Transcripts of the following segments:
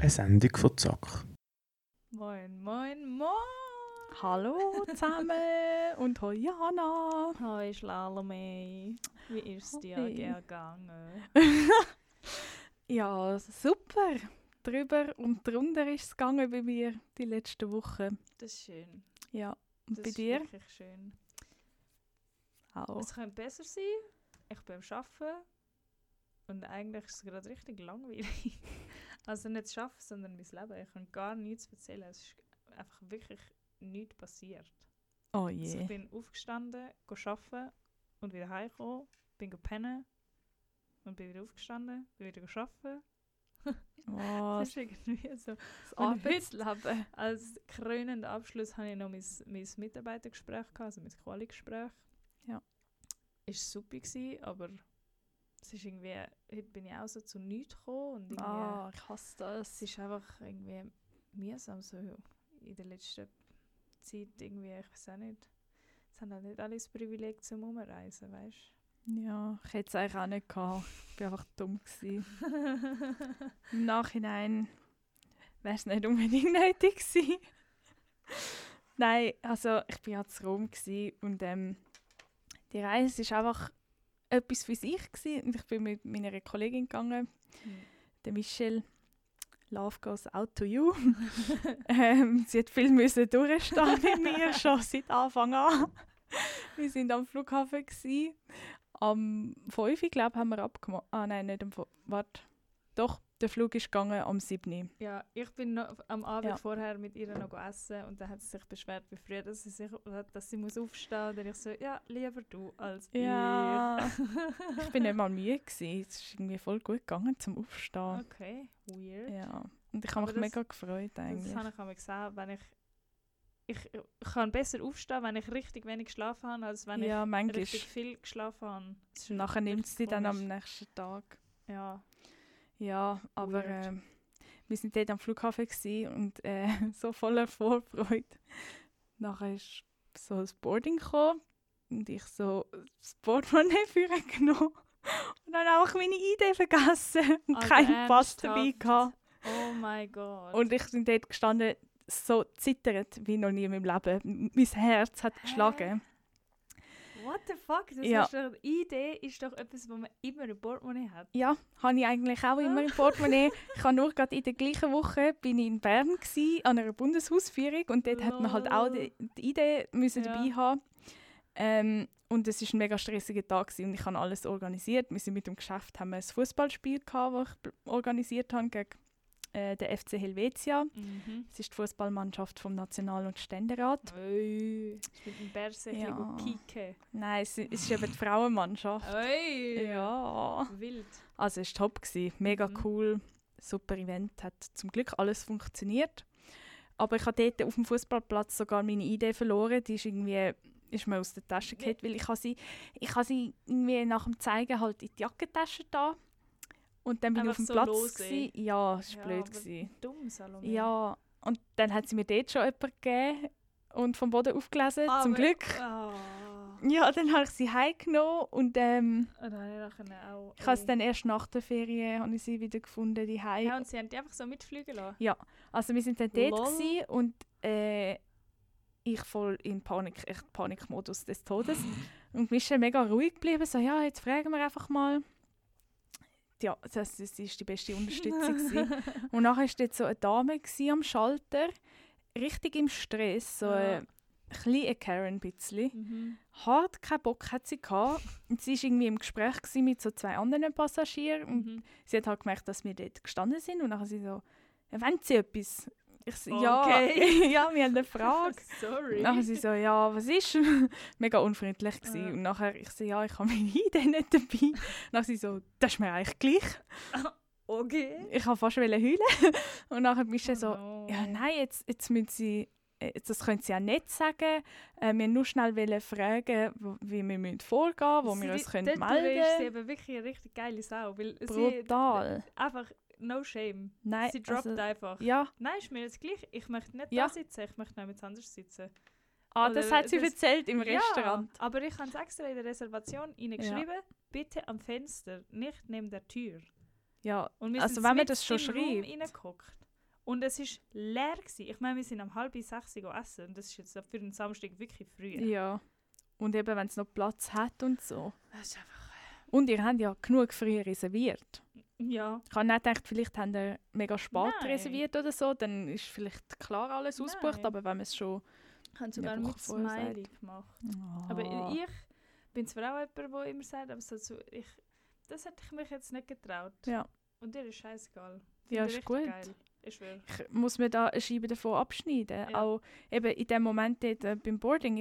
Eine Sendung von Zack. Moin, moin, moin! Hallo zusammen und hoi Jana. Hoi Schlalomei. Wie ist es dir Hoi. gegangen? Ja, super. Drüber und drunter ist es gegangen bei mir die letzten Wochen. Das ist schön. Ja, und Das bei ist dir? wirklich schön. Auch. Es könnte besser sein. Ich bin am Arbeiten. Und eigentlich ist es gerade richtig langweilig. Also nicht das Arbeiten, sondern mein Leben. Ich kann gar nichts erzählen. Es ist einfach wirklich nichts passiert. Oh Also je. ich bin aufgestanden, arbeiten und wieder heimgekommen, bin pennen und bin wieder aufgestanden, bin wieder arbeiten. Oh, Das ist irgendwie so. das Und heute, Arbeitsleben. als krönenden Abschluss hatte ich noch mein Mitarbeitergespräch, also mein Quali-Gespräch. Ja. Es war super, aber es ist irgendwie, heute bin ich auch so zu nichts gekommen. Und irgendwie, Ah, ich hasse das. es ist einfach irgendwie mühsam so in der letzten Zeit irgendwie, ich weiß auch nicht. Es haben halt nicht alle das Privileg zum Umreisen, weißt Ja, ich hätte es eigentlich auch nicht gehabt. Ich war einfach dumm gewesen. du? Im Nachhinein wäre es nicht unbedingt nötig gewesen. Nein, also ich war ja zu Rom gewesen und die Reise war einfach etwas für sich gewesen. Und ich bin mit meiner Kollegin gegangen, der Michelle. Love goes out to you. Sie hat viel müssen durchstehen mit mir, schon seit Anfang an. Wir waren am Flughafen gewesen. Am 5 Uhr, glaube ich, haben wir abgemacht. Ah nein, nicht am 5. Warte. Doch, der Flug ist gegangen am 7 Uhr. Ja, ich bin noch am Abend Ja. vorher mit ihr noch essen und dann hat sie sich beschwert, wie früh dass sie muss aufstehen muss. Und ich so, ja, lieber du als Ja. Ich bin nicht mal müde gewesen. Es ist irgendwie voll gut gegangen zum ich. Aufstehen. Okay, weird. Ja. Und ich habe Aber mich das- mega gefreut Das eigentlich. habe ich einmal gesagt, wenn ich kann besser aufstehen, wenn ich richtig wenig geschlafen habe, als wenn Ja, ich manchmal. richtig viel geschlafen habe. Das ist Nachher nimmt es dich richtig dann am komisch. nächsten Tag. Ja, Ja, aber Weird. wir waren dort am Flughafen gewesen und so voller Vorfreude. Nachher ist so das Boarding gekommen und ich so das Portemonnaie vorgenommen und dann auch meine ID vergessen und Also keinen Pass dabei ernsthaft? gehabt. oh mein Gott. Und ich bin dort gestanden, so zittert wie noch nie in meinem Leben. Mein Herz hat geschlagen. What the fuck? Das Ja. ist doch, die Idee ist doch etwas, was man immer im Portemonnaie hat. Ja, habe ich eigentlich auch immer im Portemonnaie. Ich habe nur gerade in der gleichen Woche bin ich in Bern gsi, an einer Bundeshausführung und dort hat man halt auch die Idee müssen Ja. dabei haben. Und es war ein mega stressiger Tag gewesen und ich habe alles organisiert. Wir sind mit dem Geschäft haben wir ein Fußballspiel gehabt, das ich organisiert habe gegen den FC Helvetia. Mhm. Es ist die Fußballmannschaft vom National- und Ständerat. Oi. Mit dem Bärsäckchen Ja. kicken. Nein, es ist eben die Frauenmannschaft. Oi. Ja. Wild. Also es war top, mega Mhm. cool, super Event, hat zum Glück alles funktioniert. Aber ich habe dort auf dem Fußballplatz sogar meine Idee verloren, die ist mir aus der Tasche gefallen, weil ich habe sie irgendwie nach dem Zeigen halt in die Jackentasche da und dann bin ich Einfach auf dem so Platz lose. gsi. Ja, das war Ja, blöd aber gewesen. Dumm, Salome. Ja, und dann hat sie mir dort schon jemanden gegeben und vom Boden aufgelesen, zum Aber- Glück. Ah. Ja, dann habe ich sie heimgenommen und Und dann habe ich nachher auch... ich habe sie dann erst nach der Ferien habe ich sie wieder gefunden, die Heim. Ja, und sie haben die einfach so mitfliegen lassen? Also wir sind dann dort Lol. gewesen und ich voll in Panikmodus des Todes. Und Michelle mega ruhig geblieben, so ja, jetzt fragen wir einfach mal. Ja, das ist die beste Unterstützung gewesen. Und nachher war dort so eine Dame gewesen am Schalter, richtig im Stress, so Ja. eine Karen ein bisschen. Mhm. Hart keinen Bock hat sie gehabt. Und sie war irgendwie im Gespräch gewesen mit so 2 anderen Passagieren und Mhm. sie hat halt gemerkt, dass wir dort gestanden sind und dann sie so, ja, wollen Sie etwas? Ich so, Okay. ja, ja, wir haben eine Frage. Sorry. Nachher sie so, ja, was ist? Mega unfreundlich gewesen. Ja. Und nachher ich so, ja, ich habe meine Idee nicht dabei. Nachher sie so, das ist mir eigentlich gleich. Okay. Ich wollte fast heulen. Und nachher bist du so, no. ja, nein, jetzt müssen sie, das können sie ja nicht sagen. Wir wollen nur schnell fragen, wie wir vorgehen müssen, wo wir uns melden Dort ist sie können. eben wirklich eine richtig geile Sau. Weil Brutal. Sie einfach no shame. Nein, Sie droppt also, einfach. ja, Nein, ist mir jetzt gleich. Ich möchte nicht Ja. da sitzen, ich möchte noch anders sitzen. das Oder hat sie das- erzählt im Restaurant. Ja, aber ich habe es extra in der Reservation geschrieben, bitte am Fenster, nicht neben der Tür. Ja, Und wir also sind wenn man mitten das schon im Raum schreibt. reingehockt. Und es war leer gewesen. Ich meine, wir sind um 5:30 essen und das ist jetzt für einen Samstag wirklich früh. Ja. Und eben, wenn es noch Platz hat und so. Das ist einfach... Und ihr habt ja genug früh reserviert. Ja. Ich habe nicht gedacht, vielleicht habt ihr mega spät Nein. reserviert oder so, dann ist vielleicht klar alles ausgebucht, Nein. aber wenn man es schon... Ich habe sogar Woche mit vorher Smiley gemacht. Oh. Aber ich bin zwar auch jemand, der immer sagt, aber das hätte ich mich jetzt nicht getraut. Ja. Und dir ist scheißegal. Ja, Finde ich ist gut. Geil. Ich schwöre. Ich muss mir da eine Scheibe davon abschneiden. Ja. Auch eben in dem Moment dort, beim Boarding,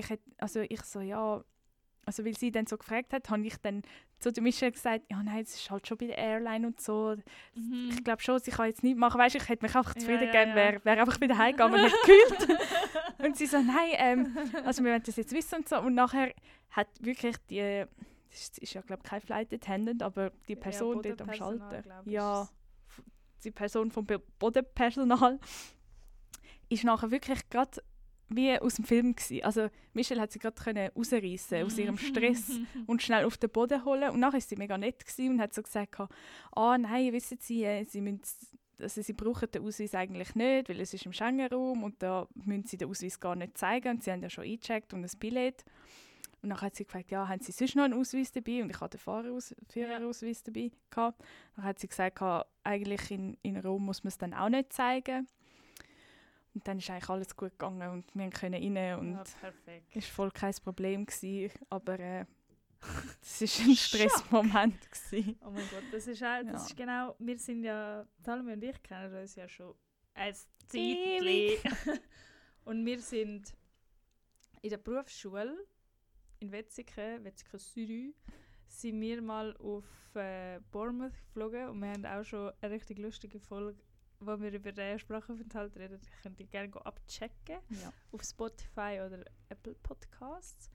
weil sie dann so gefragt hat, habe ich dann zu der Michelle gesagt, ja nein, es ist halt schon bei der Airline und so. Ich glaube schon, sie kann jetzt nichts machen. Weißt, ich hätte mich einfach zufrieden gegeben, wäre einfach wieder heimgegangen und nicht gekühlt. Und sie so, nein, also wir wollen das jetzt wissen und so. Und nachher hat wirklich das ist ja glaube ich kein Flight Attendant, aber die Person dort am Schalter, ja, die Person vom Bodenpersonal, ist nachher wirklich gerade wie aus dem Film gewesen. Also Michelle hat sie gerade rausreißen aus ihrem Stress und schnell auf den Boden holen. Und nachher war sie mega nett gewesen und hat so gesagt, nein, wissen Sie, sie brauchen den Ausweis eigentlich nicht, weil es ist im Schengen-Raum und da müssen sie den Ausweis gar nicht zeigen. Und sie haben ja schon eingecheckt und ein Billett. Und dann hat sie gefragt, ja, haben Sie sonst noch einen Ausweis dabei? Und ich hatte den Führerausweis dabei gehabt. Dann hat sie gesagt, eigentlich in Rom muss man es dann auch nicht zeigen. Und dann ist eigentlich alles gut gegangen und wir können rein und es war voll kein Problem gewesen, aber das war ein Stressmoment gewesen. Oh mein Gott, das ist genau, wir sind ja, Salome und ich kennen uns ja schon ein Zeitchen. Und wir sind in der Berufsschule in Wetzikon Zürich, sind wir mal auf Bournemouth geflogen und wir haben auch schon eine richtig lustige Folge, wo wir über den Sprachaufenthalt reden. Ich könnte gerne abchecken auf Spotify oder Apple Podcasts.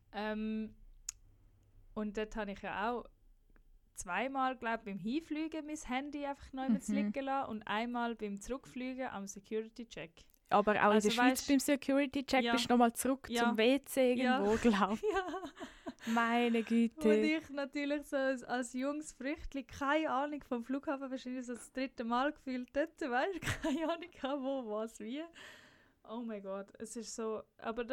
Und dort habe ich ja auch zweimal, glaube ich, beim Hinfliegen mein Handy einfach neu liegen lassen und einmal beim Zurückfliegen am Security-Check. Aber auch in der Schweiz beim Security-Check bist du nochmal zurück zum WC irgendwo gelaufen. Meine Güte. Und ich natürlich so als junges Früchtchen keine Ahnung vom Flughafen, wahrscheinlich so das 3. Mal gefühlt dort, weißt du, keine Ahnung wo, was, wie. Oh mein Gott, es ist so, aber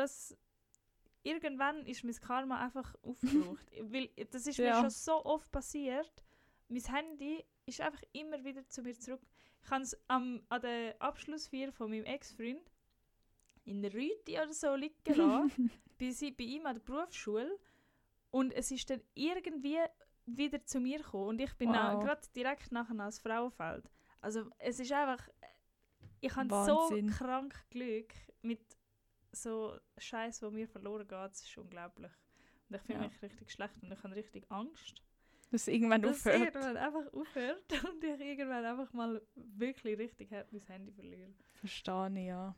irgendwann ist mein Karma einfach aufgebraucht. Weil das ist mir schon so oft passiert. Mein Handy ist einfach immer wieder zu mir zurück. Ich habe es an der Abschlussfeier von meinem Ex-Freund in der Rüti oder so liegen lassen, bei ihm an der Berufsschule. Und es ist dann irgendwie wieder zu mir gekommen. Und ich bin gerade direkt nachher ans Frauenfeld. Also es ist einfach... Ich habe so krank Glück mit so Scheiß, der mir verloren geht. Das ist unglaublich. Und ich fühle mich richtig schlecht und ich habe richtig Angst. Dass es irgendwann aufhört. Dass es irgendwann einfach aufhört und ich irgendwann einfach mal wirklich richtig hart mein Handy verliere. Verstehe ich, ja.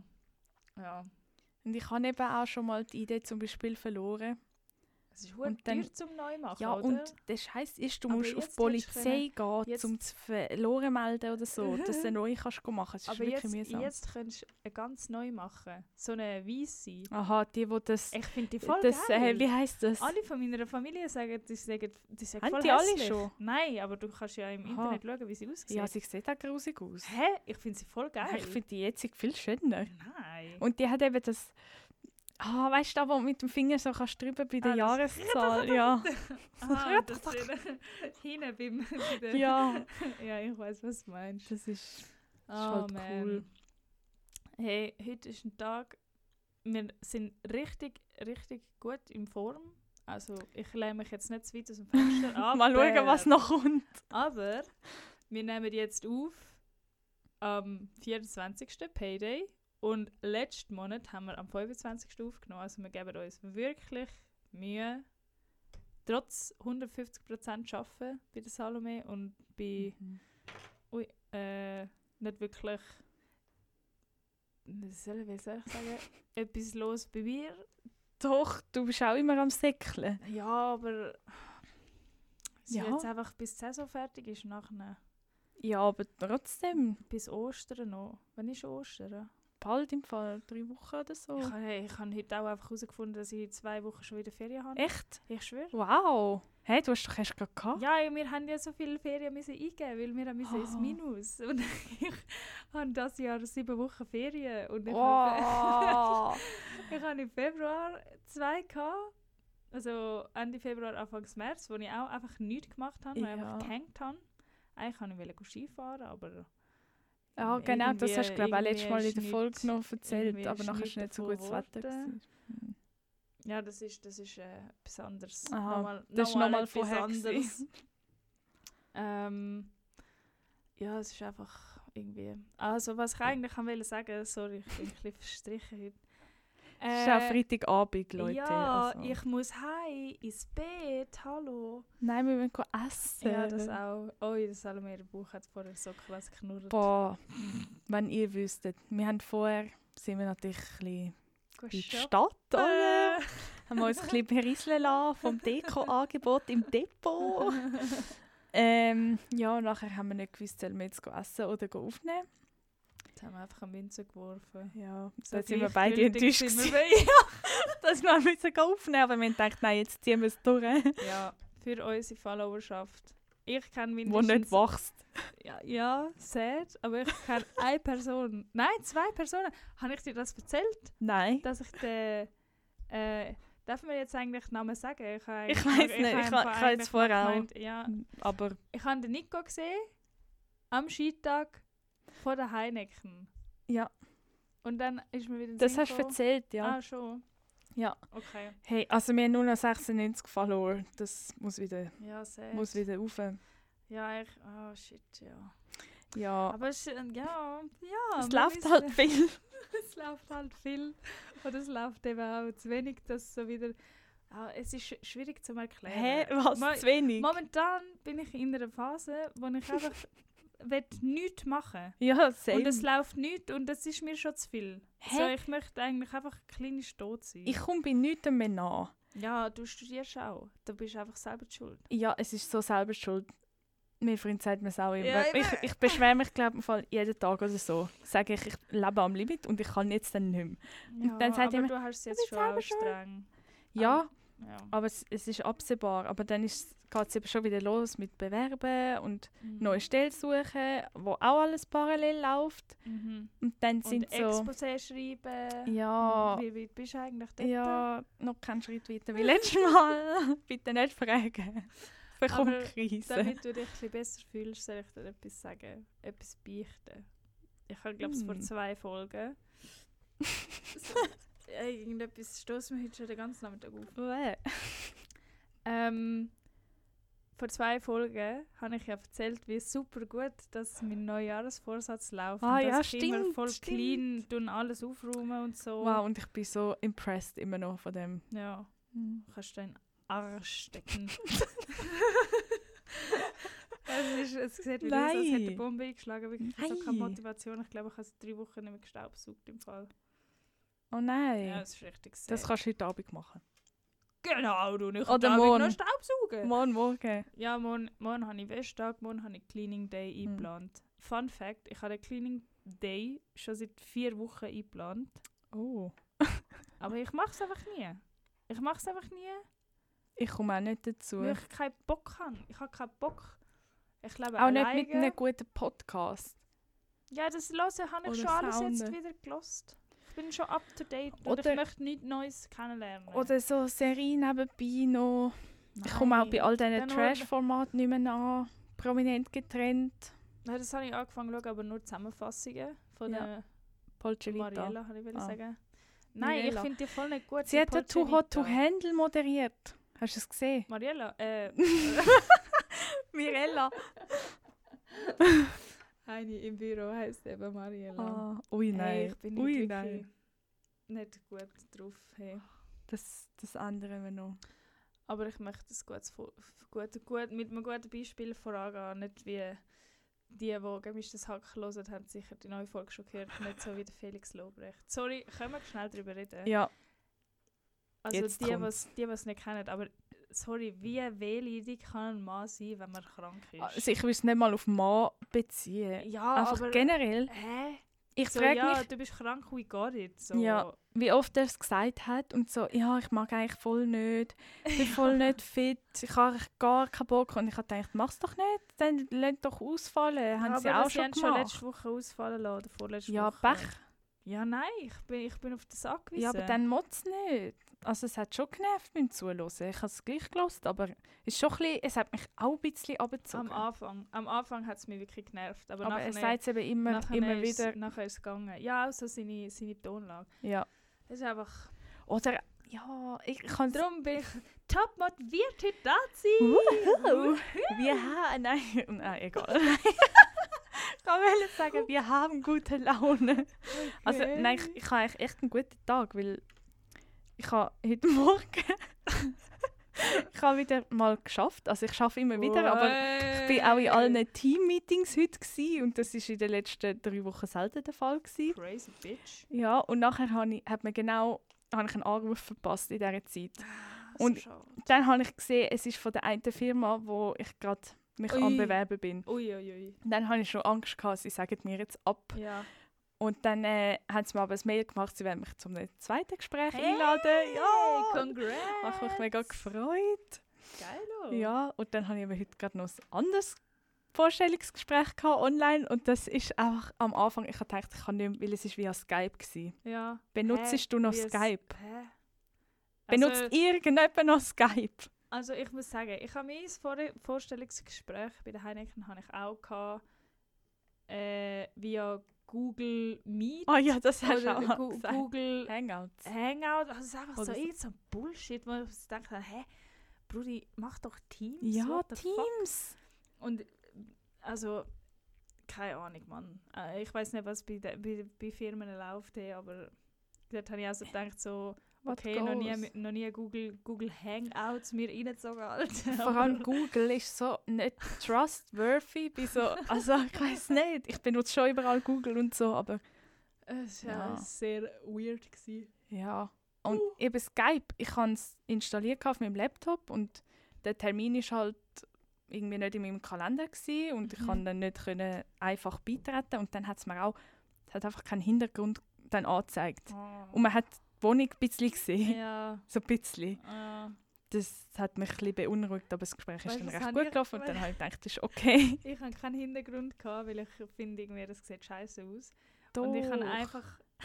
Ja. Und ich habe eben auch schon mal die Idee zum Beispiel verloren. Es ist verdammt teuer zum Neumachen, ja, oder? Und der Scheiß ist, du musst auf die Polizei gehen, um zu verloren melden oder so, dass du eine neue kannst machen. Das ist aber wirklich mühsam. Jetzt könntest du eine ganz neu machen. So eine weisse. Aha, die das... Ich finde die voll geil. Wie heisst das? Alle von meiner Familie sagen, die sagen haben voll die hässlich. Alle schon? Nein, aber du kannst ja im Internet schauen, wie sie aussieht. Ja, sie sieht auch grusig aus. Hä? Ich finde sie voll geil. Ich finde die jetzt viel schöner. Nein. Und die hat eben das... weißt du, wo du mit dem Finger so kannst drüber bei der Jahreszahl? Ja. Das hinten bei der... Ja. Ja, ich weiss, was du meinst. Das ist halt cool. Hey, heute ist ein Tag, wir sind richtig, richtig gut in Form. Also ich lehne mich jetzt nicht zu weit aus dem Fenster ab. Mal schauen, was noch kommt. Aber wir nehmen jetzt auf am 24. Payday. Und letzten Monat haben wir am 25. aufgenommen. Also wir geben uns wirklich Mühe, trotz 150% arbeiten bei der Salome und bei nicht wirklich, wie soll ich sagen, etwas los bei mir. Doch, du bist auch immer am Säckeln. Ja, aber es wird jetzt einfach bis die Saison fertig ist nachher. Ja, aber trotzdem. Bis Ostern noch. Wann ist Ostern? Bald im Fall, 3 Wochen oder so. Ich habe heute auch einfach herausgefunden, dass ich 2 Wochen schon wieder Ferien habe. Echt? Ich schwöre. Wow. Hey, du hast doch erst gerade gehabt? Ja, wir haben ja so viele Ferien müssen eingeben, weil wir müssen ins Minus. Und ich habe dieses Jahr 7 Wochen Ferien. Und ich habe im Februar 2 gehabt. Also Ende Februar, Anfang März, wo ich auch einfach nichts gemacht habe, weil ich einfach gehängt habe. Eigentlich wollte ich Skifahren, aber... Ja, genau, das hast du, glaube ich, auch letztes Mal in der nicht- Folge noch erzählt, aber nachher war nicht es nicht so davon gutes Wetter. geworden. gewesen. Ja, das ist etwas anderes. Aha, das war nochmal etwas vorher anderes. Ja, es ist einfach irgendwie... Also, was ich eigentlich wollte sagen, sorry, ich bin ein bisschen verstrichen heute. Es ist auch Freitagabend, Leute. Ja, also. ich muss heim, ins Bett, hallo. Nein, wir müssen essen. Ja, das auch. Oh, der Salome, Bauch hat vorher so krass geknurrt. Boah, wenn ihr wüsstet. Wir haben vorher, sind wir natürlich ein bisschen Gut in die shoppen. Stadt, oder? Haben wir uns ein bisschen berieseln lassen vom Deko-Angebot im Depot. Ja, nachher haben wir nicht gewusst, sollen wir jetzt essen oder aufnehmen. Jetzt haben wir einfach eine Münze geworfen. Ja, So da sind wir beide gleichgültig enttäuscht sind gewesen, wir dass wir müssen aufnehmen, aber wir haben gedacht, nein, jetzt ziehen wir es durch. Ja, für unsere Followerschaft. Ich kenne Wo nicht wächst. Ja, sad, aber ich kenne eine Person. Nein, 2 Personen. Habe ich dir das erzählt? Nein. Dass ich den... darf man jetzt eigentlich den Namen sagen? Ich weiss nicht, ich habe jetzt vorher auch. gemeint, ja, Aber ich habe den Nico gesehen, am Skitag von der Heineken. ja, Und dann ist mir wieder in den das Sinn hast du gekommen. erzählt, ja. Ah, schon? Ja. Okay. Hey, also wir haben nur noch 96 Follower. Das muss wieder Ja, sad. rauf. Ja, oh shit, ja. Ja, Aber es, ja, es wir läuft wissen- halt viel. Es läuft halt viel. Oder es läuft eben auch zu wenig, dass so wieder... es ist schwierig zu erklären. Hä, was? Zu wenig? Momentan bin ich in einer Phase, wo ich einfach nichts machen will. Ja, same. Und es läuft nichts und das ist mir schon zu viel. Hä? So, ich möchte eigentlich einfach klinisch tot sein. Ich komme bei nichts mehr nach. Ja, du studierst auch. Du bist einfach selber die schuld. Ja, es ist so selber schuld. Mein Freund sagt mir es auch immer. Ja, Ich beschwere mich, glaube ich, jeden Tag oder so. Sage ich lebe am Limit und ich kann jetzt dann nicht mehr. Ja, dann sagt aber immer, du hast es "Du jetzt bist schon selber auch schuld." streng. Ja, Ja. aber es ist absehbar. Aber dann geht es eben schon wieder los mit Bewerben und neue Stellen suchen, wo auch alles parallel läuft. Mhm. Und dann Und sind so... Exposé schreiben. Ja, Wie weit bist du eigentlich dort? ja, noch keinen Schritt weiter wie letztes Mal. Bitte nicht fragen. Bekomme Aber Krise. Damit du dich ein bisschen besser fühlst, soll ich dir etwas sagen. Etwas beichten. Ich habe, glaube ich, vor 2 Folgen... irgendetwas stößt mir heute schon den ganzen Nachmittag auf. Vor 2 Folgen habe ich ja erzählt, wie super gut dass mein Neujahresvorsatz läuft. Ah, und ja, dass ich immer stimmt, voll stimmt. clean tun, alles aufräumen und so. Wow, und ich bin so impressed immer noch von dem. Ja, kannst du deinen Arsch stecken. Es sieht wieder aus, als hätte eine Bombe eingeschlagen. Wirklich so keine Nein. Motivation. Ich glaube, ich habe es 3 Wochen nicht mehr gestaubsaugt im Fall. Oh nein. Ja, das ist richtig sad. Das kannst du heute Abend machen. Genau, du nicht. Oder Abend morgen. noch staubsaugen. Morgen. Ja, morgen habe ich Wäschtag, morgen habe ich Cleaning Day eingeplant. Fun Fact, ich habe den Cleaning Day schon seit 4 Wochen eingeplant. Oh. Aber ich mache es einfach nie. Ich komme auch nicht dazu. Weil ich keinen Bock habe. Ich habe keinen Bock. Ich lebe Auch nicht alleine. mit einem guten Podcast. Ja, das Hören habe ich Oder schon alles jetzt Sounden. wieder gelost. Ich bin schon up to date und Oder- ich möchte nichts Neues kennenlernen. Oder so Serien nebenbei noch. Ich komme auch bei all diesen Dann Trash-Formaten nicht mehr an. Prominent getrennt. Ja, das habe ich angefangen zu schauen, aber nur Zusammenfassungen von Ja. der Polcevita. Mariella, habe ich Ah. sagen. Nein, Mirella. ich finde die voll nicht gut. Sie die hat ja Too Hot to Polcevita. Handle moderiert. Hast du es gesehen? Mariella, Mirella. eine im Büro heisst eben Mariella. Ah, ui nein. Hey, ich bin nicht Ui wirklich nein. nicht gut drauf. Hey. Das ändern wir noch. Aber ich möchte das mit einem guten Beispiel vorangehen. Nicht wie die gemischtes Hack hören, haben sicher die neue Folge schon gehört. Nicht so wie der Felix Lobrecht. Sorry, können wir schnell darüber reden? Ja, also jetzt die, kommt's. die es nicht kennen. Aber sorry, wie wehleidig kann ein Mann sein, wenn man krank ist? also ich will es nicht mal auf Mann beziehen. Ja, Einfach aber... generell. Hä? Ich So, frage ja, mich, du bist krank, wie geht es? So. Ja, wie oft er es gesagt hat und so, ja, ich mag eigentlich voll nicht, ich bin voll nicht fit, ich habe eigentlich gar keinen Bock. Und ich habe gedacht, mach's doch nicht, dann lass doch ausfallen. Haben sie auch schon gemacht. Letzte Woche ausfallen lassen, oder vorletzte Ja, Woche. Pech. Ja, nein, ich bin auf den Sack gewiesen. Ja, aber dann motz nicht. Also es hat schon genervt beim Zuhören. Ich habe es gleich gehört, aber es hat mich auch ein bisschen runtergezogen. Am Anfang hat es mich wirklich genervt. Aber er sagt es eben immer wieder. Nachher ist es gegangen. Ja, also seine Tonlage. Ja. Das ist einfach... Oder, ja, ich kann... Darum bin ich top motiviert heute da zu sein. Wir haben... Nein, egal. Ich wollte sagen, wir haben gute Laune. Okay. Also nein, ich habe eigentlich echt einen guten Tag, weil ich habe heute Morgen ich habe wieder mal geschafft. Also ich arbeite immer wieder, aber ich war auch in allen Team-Meetings heute gewesen, und das war in den letzten 3 Wochen selten der Fall gewesen. Crazy bitch. Ja, und nachher habe ich einen Anruf verpasst in dieser Zeit. Und dann habe ich gesehen, es ist von der einen Firma, wo ich gerade mich am Bewerben bin. Ui. Dann hatte ich schon Angst gehabt, sie sagen mir jetzt ab. Ja. Und dann haben sie mir aber ein Mail gemacht, sie werden mich zum zweiten Gespräch einladen. Ja, congrats! Ich habe mich mega gefreut. Geil. Ja, und dann habe ich aber heute gerade noch ein anderes Vorstellungsgespräch gehabt, online. Und das ist einfach am Anfang, ich habe gedacht, ich kann nicht mehr, weil es via Skype war. Ja. Benutzt du noch Skype? Also, benutzt irgendjemand noch Skype? Also ich muss sagen, ich habe mein Vorstellungsgespräch bei der Heineken habe ich auch gehabt, via Google Meet. Oh ja, das hast du oder auch gesagt. Google Hangouts. Also es ist einfach oder so irgend so Bullshit, wo ich denke, hä, Brudi, mach doch Teams. Ja, Teams. Fuck? Und also, keine Ahnung, Mann. Ich weiß nicht, was bei Firmen läuft, aber dort habe ich also gedacht, so, okay, noch nie Google Hangouts mir reingezogen, Alter. Vor allem Google ist so nicht trustworthy. Also ich weiß nicht, ich benutze schon überall Google und so, aber... Es war sehr weird gewesen. Ja, und eben Skype, ich habe es installiert auf meinem Laptop und der Termin war halt irgendwie nicht in meinem Kalender gewesen, und ich konnte dann nicht einfach beitreten, und dann hat es mir auch einfach keinen Hintergrund dann angezeigt. Oh. Und man hat die Wohnung ein bisschen gesehen. Ja. So ein bisschen. Ja. Das hat mich ein bisschen beunruhigt, aber das Gespräch ist dann recht gut gelaufen, und dann habe ich gedacht, das ist okay. Ich hatte keinen Hintergrund, weil ich finde, das sieht scheiße aus. Doch. Und ich habe einfach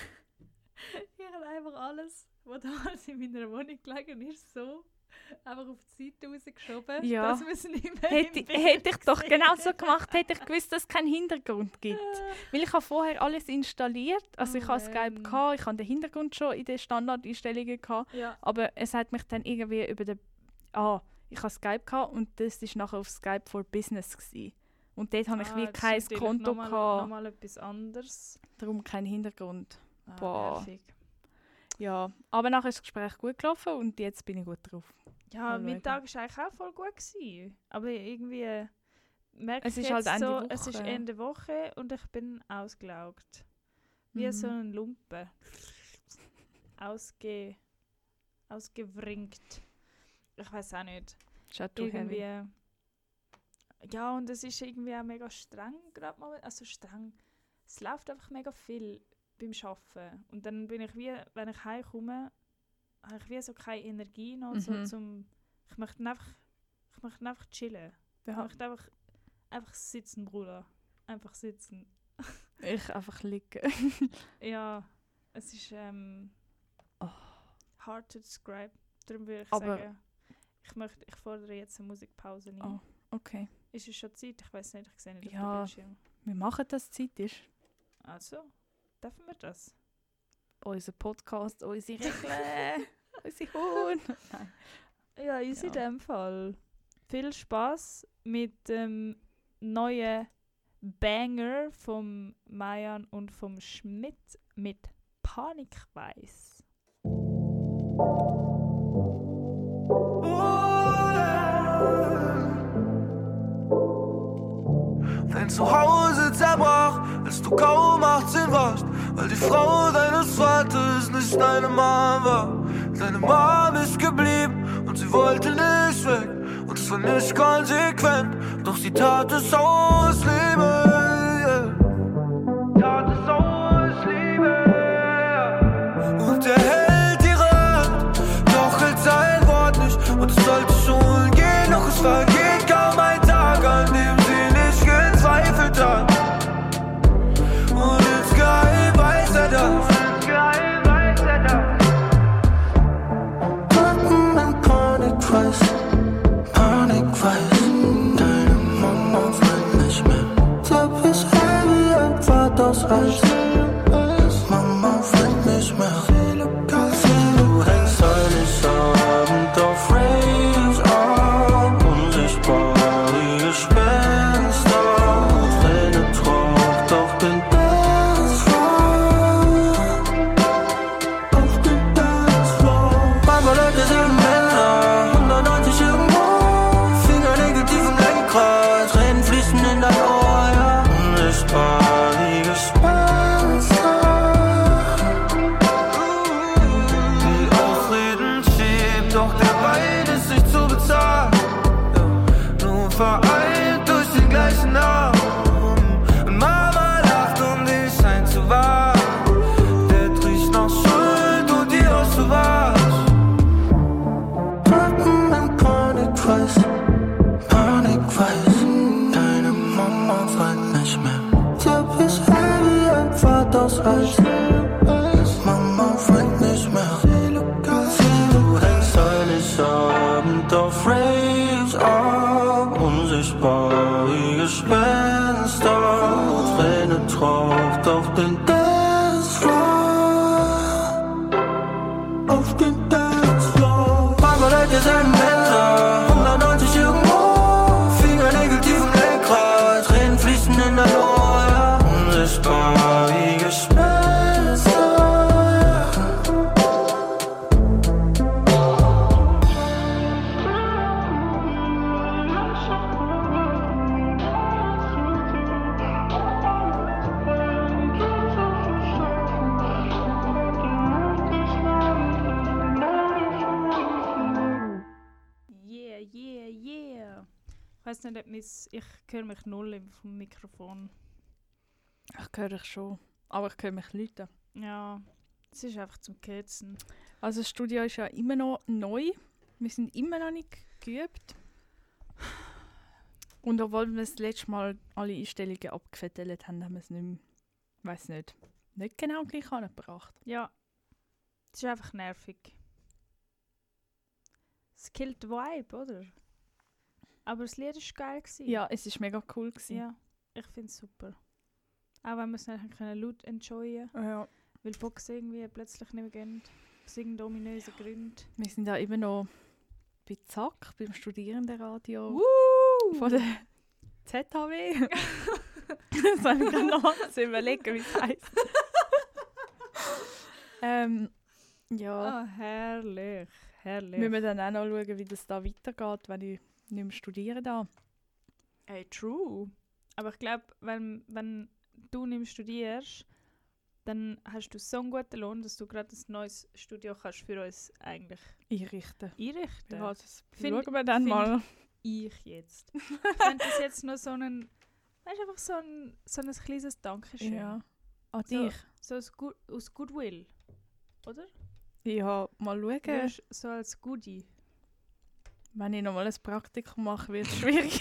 alles, was da in meiner Wohnung gelegen ist, so einfach auf die Seite rausgeschoben, ja. dass wir es nicht mehr hätte ich doch genau so gemacht, hätte ich gewusst, dass es keinen Hintergrund gibt. Weil ich habe vorher alles installiert, also ich habe Skype gehabt, ich habe den Hintergrund schon in den Standardeinstellungen gehabt, aber es hat mich dann irgendwie über den... ich habe Skype gehabt, und das war nachher auf Skype for Business gewesen. Und dort habe ich wie kein Konto gehabt. Nochmal etwas anderes. Darum kein Hintergrund. Nervig. Ja, aber nachher ist das Gespräch gut gelaufen und jetzt bin ich gut drauf. Ja, mein Tag war eigentlich auch voll gut gewesen. Aber irgendwie merke ich jetzt halt Ende so, Woche. Es ist Ende Woche und ich bin ausgelaugt. Wie so ein Lumpen. Ausgewringt. Ich weiß auch nicht. Irgendwie. Heavy. Ja, und es ist irgendwie auch mega streng gerade mal. Also streng. Es läuft einfach mega viel beim Arbeiten. Und dann bin ich wie, wenn ich heimkomme, habe ich wie so keine Energie noch, so zum... Ich möchte einfach chillen. Ich möchte einfach sitzen, Bruder. Einfach sitzen. Ich einfach liegen. Ja, es ist hard to describe. Darum würde ich sagen, ich fordere jetzt eine Musikpause ein. Oh, okay. Ist es schon Zeit? Ich weiß nicht, ich sehe nicht ja, auf dem Bildschirm. Wir machen das, Zeit ist. Also, dürfen wir das? Unser Podcast, unsere Regeln, unsere Hunde. Ja, in dem Fall. Viel Spaß mit dem neuen Banger vom Mayan und vom Schmidt mit Panikweiß. Dein Zuhause zerbrach, als du kaum 18 warst, weil die Frau deines Vaters nicht deine Mom war. Deine Mom ist geblieben und sie wollte nicht weg, und zwar nicht konsequent, doch sie tat es aus Liebe. Tat es aus Liebe. Und der getan. Und insgeheim weiß er das. Panik weiß, deine Mama will nicht mehr. Sag bis heavy, einfach das Eis. Mama will nicht mehr. Du hängst alles Abend auf Raves ab. Unsichtbar wie Gespenster. Träne tropft auf den Dancefloor. Auf den Dancefloor. Manchmal Leute sind Männer. 190 irgendwo. Fingernägel tief im Lenkrad. Tränen fließen in dein Ohr, ja. Unsichtbar wie Gespenster. Die Ausreden schieben, doch der Wein ist nicht zu bezahlen. Nur vereint durch den gleichen Namen. Und Mama lacht, um dich einzuwahren. Der riecht nach Schuld und die auch so was. Panik weiß, deine Mama weint nicht mehr. Tipp ist heavy, einfach das Eis. Mama weint nicht mehr. Du hängst alles Abend auf Raves ab. Unsichtbar wie Gespenster. Träne tropft auf den Dancefloor. Auf den Dancefloor. Manchmal Leute sind Männer. 190 irgendwo. Fingernägel tief im Lenkrad. Tränen fließen in dein Ohr, ja. Unsichtbar wie Gespenster. Yeah. Ich weiss nicht, ob ich höre mich null vom Mikrofon. Ich höre dich schon, aber ich höre mich Leute. Ja, es ist einfach zum Kürzen. Also das Studio ist ja immer noch neu. Wir sind immer noch nicht geübt. Und obwohl wir das letzte Mal alle Einstellungen abgefettelt haben, haben wir es nicht mehr, weiss nicht genau gleich angebracht. Ja, es ist einfach nervig. Es killt den Vibe, oder? Aber das Lied war geil. Ja, es war mega cool. Ja, ich finde es super. Auch wenn wir es nicht laut enjoyen können. Ja. Weil die Boxen irgendwie plötzlich nicht mehr gehen. Aus irgendeinen ominösen Gründen. Wir sind ja immer noch bei ZAK, beim Studierendenradio von der ZHW. Das soll ich dann noch zu überlegen, wie es heisst. Ja. Oh, herrlich. Müssen wir dann auch noch schauen, wie das da weitergeht, wenn ich nicht mehr studiere da. Hey, true. Aber ich glaube, wenn du nicht mehr studierst, dann hast du so einen guten Lohn, dass du gerade ein neues Studio kannst für uns eigentlich Einrichten. einrichten. Ja, das schauen wir dann mal. Ich jetzt. Wenn das jetzt noch so ein, weißt, einfach so ein kleines Dankeschön. Ja. An So- dich. So aus Goodwill. Oder? Ja, mal schauen. So als Goodie. Wenn ich nochmal ein Praktikum mache, wird es schwierig.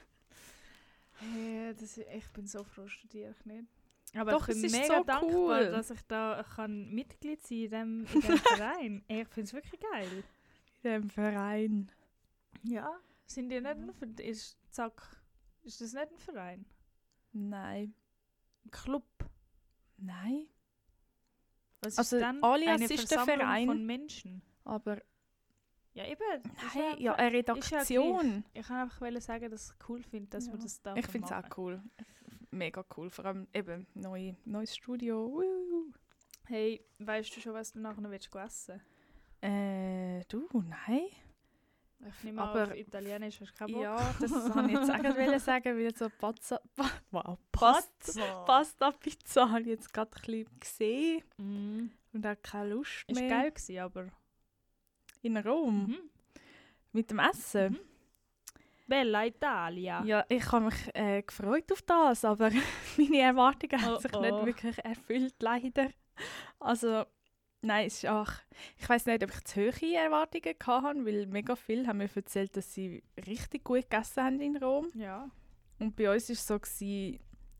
Hey, ich bin so froh, studiere ich nicht. Aber Doch, ich es bin ist mega so dankbar, cool. dass ich da kann Mitglied sein in diesem Verein. Ey, ich finde es wirklich geil. In diesem Verein. Ja. Sind die nicht ein Verein? Ist das nicht ein Verein? Nein. Ein Club? Nein. Was Also, ist dann Alias eine ist der Versammlung Verein. von Menschen? Aber Ja, eben. nein, ja, eine Redaktion. Ich kann einfach sagen, dass ich es cool finde, dass wir das da Ich finde es machen. auch cool. Mega cool. Vor allem eben neues Studio. Woo. Hey, weißt du schon, was du nachher willst essen? Du, nein. Ich nehme Aber- auf Italienisch, hast du keinen Bock? Ja, das wollte ich jetzt auch sagen, weil so Pasta. Pasta-Pizza habe ich jetzt gerade ein bisschen gesehen Mm. und auch keine Lust Ist mehr. geil gewesen, aber... In Rom. Mhm. Mit dem Essen. Mhm. Bella Italia. Ja, ich habe mich gefreut auf das, aber meine Erwartungen haben Oh, sich oh. nicht wirklich erfüllt, leider. Also, nein, es ist auch, ich weiss nicht, ob ich zu hohe Erwartungen hatte, weil mega viele haben mir erzählt, dass sie richtig gut gegessen haben in Rom. Ja. Und bei uns war es so, gewesen,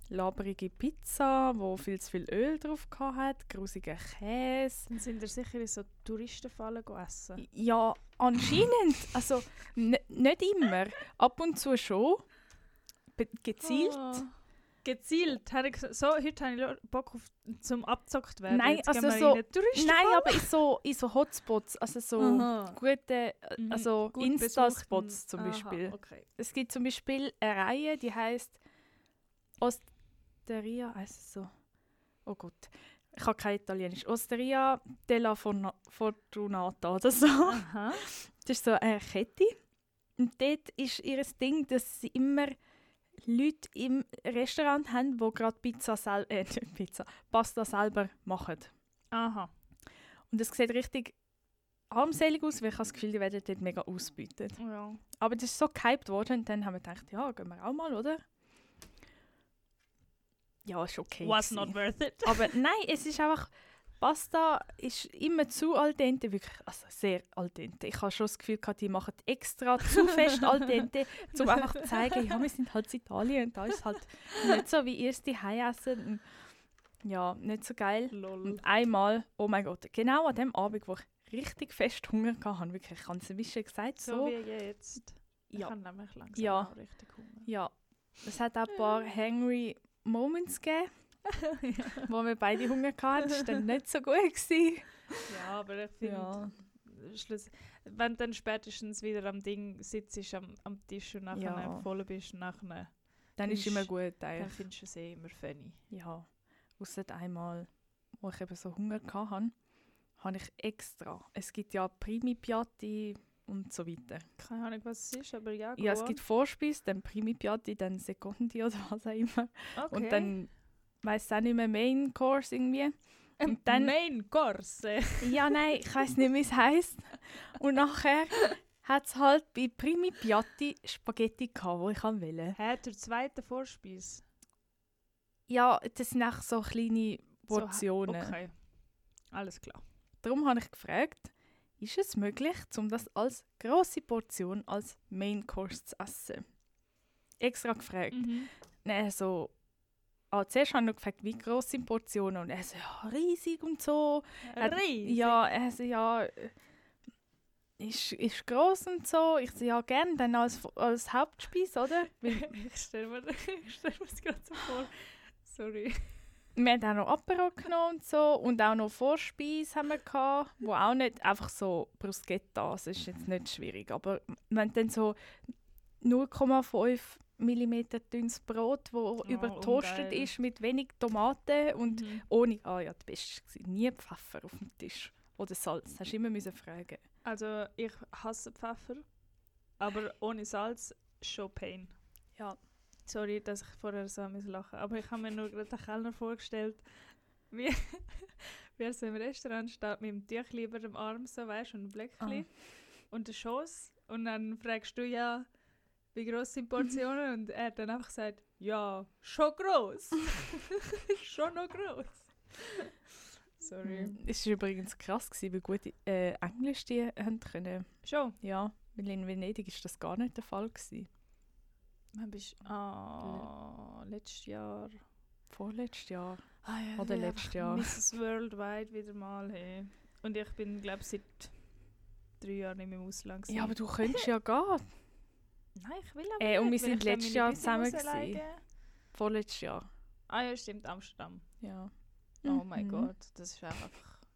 labrige Pizza, wo viel zu viel Öl drauf hatte, grusiger Käse. Dann sind ihr sicher in so Touristenfallen essen. Ja, anscheinend. Also nicht immer. Ab und zu schon. Gezielt. Oh. Gezielt. Heute habe ich Bock auf zum abgezockt werden. Nein, Jetzt also gehen wir so- in eine Touristenfalle. Nein, aber in so Hotspots, also so Aha. gute, Mhm, also gut Insta-Spots besuchten- zum Aha, Beispiel. okay. Es gibt zum Beispiel eine Reihe, die heisst Osteria, heisst es so? Oh Gott, ich habe kein Italienisch. Osteria della Fortunata oder so. Aha. Das ist so eine Kette. Und dort ist ihr Ding, dass sie immer Leute im Restaurant haben, die gerade Pasta selber machen. Aha. Und es sieht richtig armselig aus, weil ich habe das Gefühl, die werden dort mega ausbeutet. Ja. Aber das ist so gehypt worden und dann haben wir gedacht, ja, gehen wir auch mal, oder? Ja, ist okay. Was gewesen. not worth it. Aber nein, es ist einfach, Pasta ist immer zu al dente, wirklich, also sehr al dente. Ich habe schon das Gefühl gehabt, die machen extra zu fest al dente, um einfach zu zeigen, ja, wir sind halt in Italien und da ist halt nicht so, wie ihr es daheim essen. Und ja, nicht so geil. Lol. Und einmal, oh mein Gott, genau an dem Abend, wo ich richtig fest Hunger hatte, wirklich, ich habe es ein bisschen gesagt, So so. wie jetzt. Ich Ja. habe nämlich langsam Ja. auch richtig Hunger. Ja, es hat auch ein paar hangry Moments gegeben, wo wir beide Hunger hatten. Das war dann nicht so gut gewesen. Ja, aber ich finde, Ja. wenn du dann spätestens wieder am Ding sitzt, am Tisch und nachher Ja. voll bist, nachher, Dann ist Ist- immer gut, dann eigentlich. findest du es immer funny. Ja, ausser einmal, wo ich eben so Hunger hatte, habe ich extra. Es gibt ja Primi Piatti und so weiter. Keine Ahnung, was es ist, aber ja, Ja, es go gibt Vorspeise, dann Primi Piatti, dann Secondi oder was auch immer. on. Okay. Und dann weiss auch nicht mehr Main Course irgendwie. und dann- Main Course. Ja, nein, ich weiss nicht, wie es heisst. Und nachher hat es halt bei Primi Piatti Spaghetti gehabt, die ich wollte. Hä, der zweite Vorspeis? Ja, das sind echt so kleine Portionen. Okay, alles klar. Darum habe ich gefragt, ist es möglich, um das als grosse Portion als Main Course zu essen? Extra gefragt. Mhm. Dann so, zuerst habe ich noch gefragt, wie gross sind Portionen? Und er so, ja, riesig und so. Riesig. Ja, er so, ja, ist gross und so. Ich so, ja, gerne, dann als Hauptspeise, oder? Weil Ich stelle mir das gerade so vor. Sorry. wir haben auch noch Apero genommen und so. Und auch noch Vorspeise haben wir gehabt, wo auch nicht einfach so Bruschetta, das ist jetzt nicht schwierig. Aber wenn dann so 0,5 mm dünnes Brot, das übertoastet ungeil. ist mit wenig Tomaten und Mhm. ohne, ja, das Beste war nie Pfeffer auf dem Tisch. Oder Salz, hast du immer müssen fragen. Also, ich hasse Pfeffer, aber ohne Salz schon Pain. Ja. Sorry, dass ich vorher so lachen musste, aber ich habe mir nur gerade den Kellner vorgestellt, wie, wie er so im Restaurant steht, mit dem Tüchli über dem Arm, so, weißt du, und ein Blöckchen und der Schoss. Und dann fragst du ja, wie gross sind Portionen? Und er hat dann einfach gesagt, ja, schon gross. Schon noch gross. Sorry. Es war übrigens krass, wie gut Englisch die haben können. Schon? Ja, weil in Venedig war das gar nicht der Fall gewesen. Wann bist du? Letztes Jahr. Vorletztes Jahr. Ah, ja, Oder ich bin letztes einfach Jahr. Mrs. Worldwide wieder mal. Hey. Und ich bin, glaube ich, seit 3 Jahren nicht mehr im Ausland. Ja, aber gewesen. du könntest ja gehen. Nein, ich will aber Und wir nicht, weil sind ich dann letztes meine Jahr Business zusammen auslege. gewesen. Vorletztes Jahr. Ah ja, stimmt, Amsterdam. Ja. Oh mein Mhm. Gott, das ist einfach...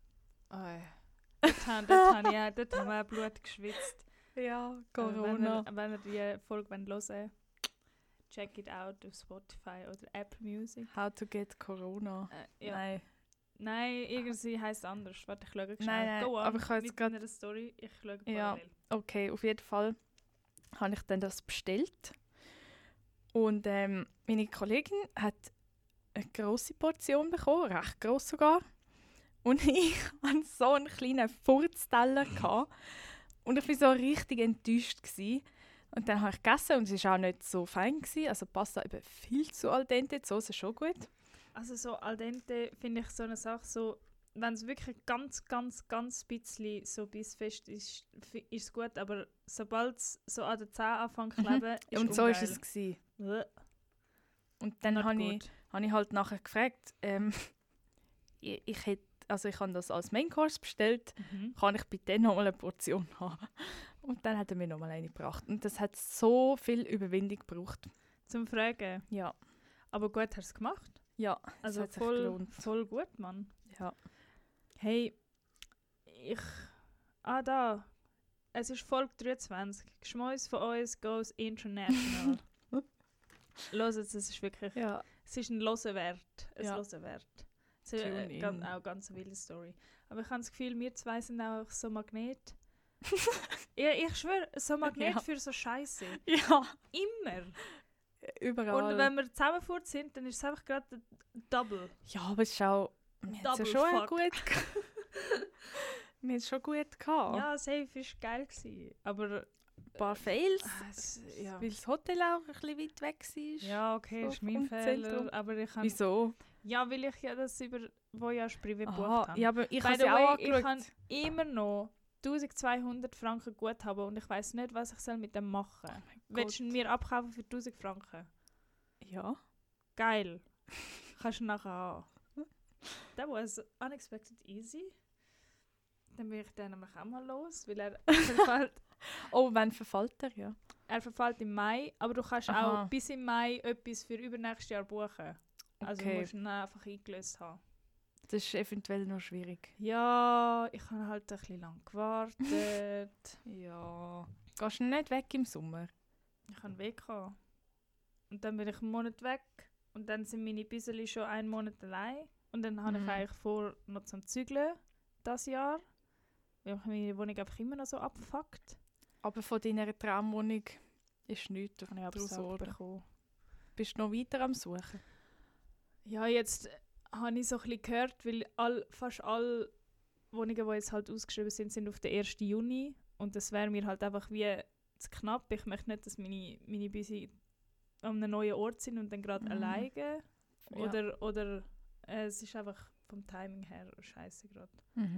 Dort haben wir auch Blut geschwitzt. Ja, Wenn ihr die Folge hören wollt, check it out auf Spotify oder Apple Music. How to get Corona. Ja. Nein. Nein, irgendwie heisst es anders. Warte, ich schaue schnell. Nein, Go on, aber ich habe jetzt mit grad- meiner Story. Ich schaue Ja. parallel. Okay, auf jeden Fall habe ich dann das bestellt. Und meine Kollegin hat eine grosse Portion bekommen, recht gross sogar. Und ich hatte so einen kleinen Furzteller gehabt. Und ich war so richtig enttäuscht gewesen. Und dann habe ich gegessen und es war auch nicht so fein gewesen. Also Pasta eben viel zu al dente, die Soße schon gut. Also so al dente finde ich so eine Sache, so, wenn es wirklich ganz bisschen so bissfest ist, ist es gut, aber sobald es so an den Zähnen anfängt zu kleben, ist Und so war ungeil. es gewesen. Bleh. Und dann Not habe ich gut. habe ich halt nachher gefragt, ich habe das als Main Course bestellt, kann ich bitte noch mal eine Portion haben? Und dann hat er mir noch mal eine gebracht. Und das hat so viel Überwindung gebraucht. Zum Fragen. Ja. Aber gut hast du es gemacht. Ja, Also hat sich voll, gelohnt. voll gut, Mann. Ja. Hey, da. Es ist Folge 23. Geschmäus von uns goes international. Los jetzt, es ist wirklich... Ja. Es ist ein Hören wert. Ja. Es ist auch ganz eine wilde Story. Aber ich habe das Gefühl, wir zwei sind auch so Magnet. Ich schwöre, so Magnet für so Scheiße. Ja. Immer. Überall. Und wenn wir zusammenfort sind, dann ist es einfach gerade Double. Ja, aber es ist auch... Wir haben es ja schon gut wir haben es schon gut gehabt. Ja, safe war geil gewesen. Aber... Ein paar Fails, ja. weil das Hotel auch ein bisschen weit weg war. Ja, okay, So ist mein vom Fehler. Zentrum. Aber ich kann... Wieso? Ja, weil ich ja das über Voyage Privé gebucht Aha, habe. ja, aber ich By habe the es ja auch way, ich angeschaut. habe immer noch 1200 Franken gut haben und ich weiss nicht, was ich soll mit dem machen soll. Willst du ihn mir abkaufen für 1000 Franken? Ja. Geil. Kannst du nachher haben. That was unexpected easy. Dann bin ich dann nämlich auch mal los, weil er verfällt. Oh, wann verfällt er, ja? Er verfällt im Mai, aber du kannst Aha. auch bis im Mai etwas für übernächstes Jahr buchen. Also Okay. musst du ihn einfach eingelöst haben. Das ist eventuell noch schwierig. Ja, ich habe halt ein bisschen lang gewartet. Ja. Gehst du nicht weg im Sommer? Ich hatte weg. Und dann bin ich einen Monat weg. Und dann sind meine Biseli schon einen Monat allein. Und dann habe ich eigentlich vor, noch zum Zügeln dieses Jahr. Weil mich meine Wohnung einfach immer noch so abfuckt. Aber von deiner Traumwohnung ist nichts Habe ich daraus abgesagt geworden. bekommen. Bist du noch weiter am Suchen? Ja, jetzt habe ich so ein bisschen gehört, weil fast alle Wohnungen, die jetzt halt ausgeschrieben sind, sind auf den 1. Juni. Und das wäre mir halt einfach wie zu knapp. Ich möchte nicht, dass meine Büsi an einem neuen Ort sind und dann gerade alleine. Ja. Oder es ist einfach vom Timing her scheiße gerade.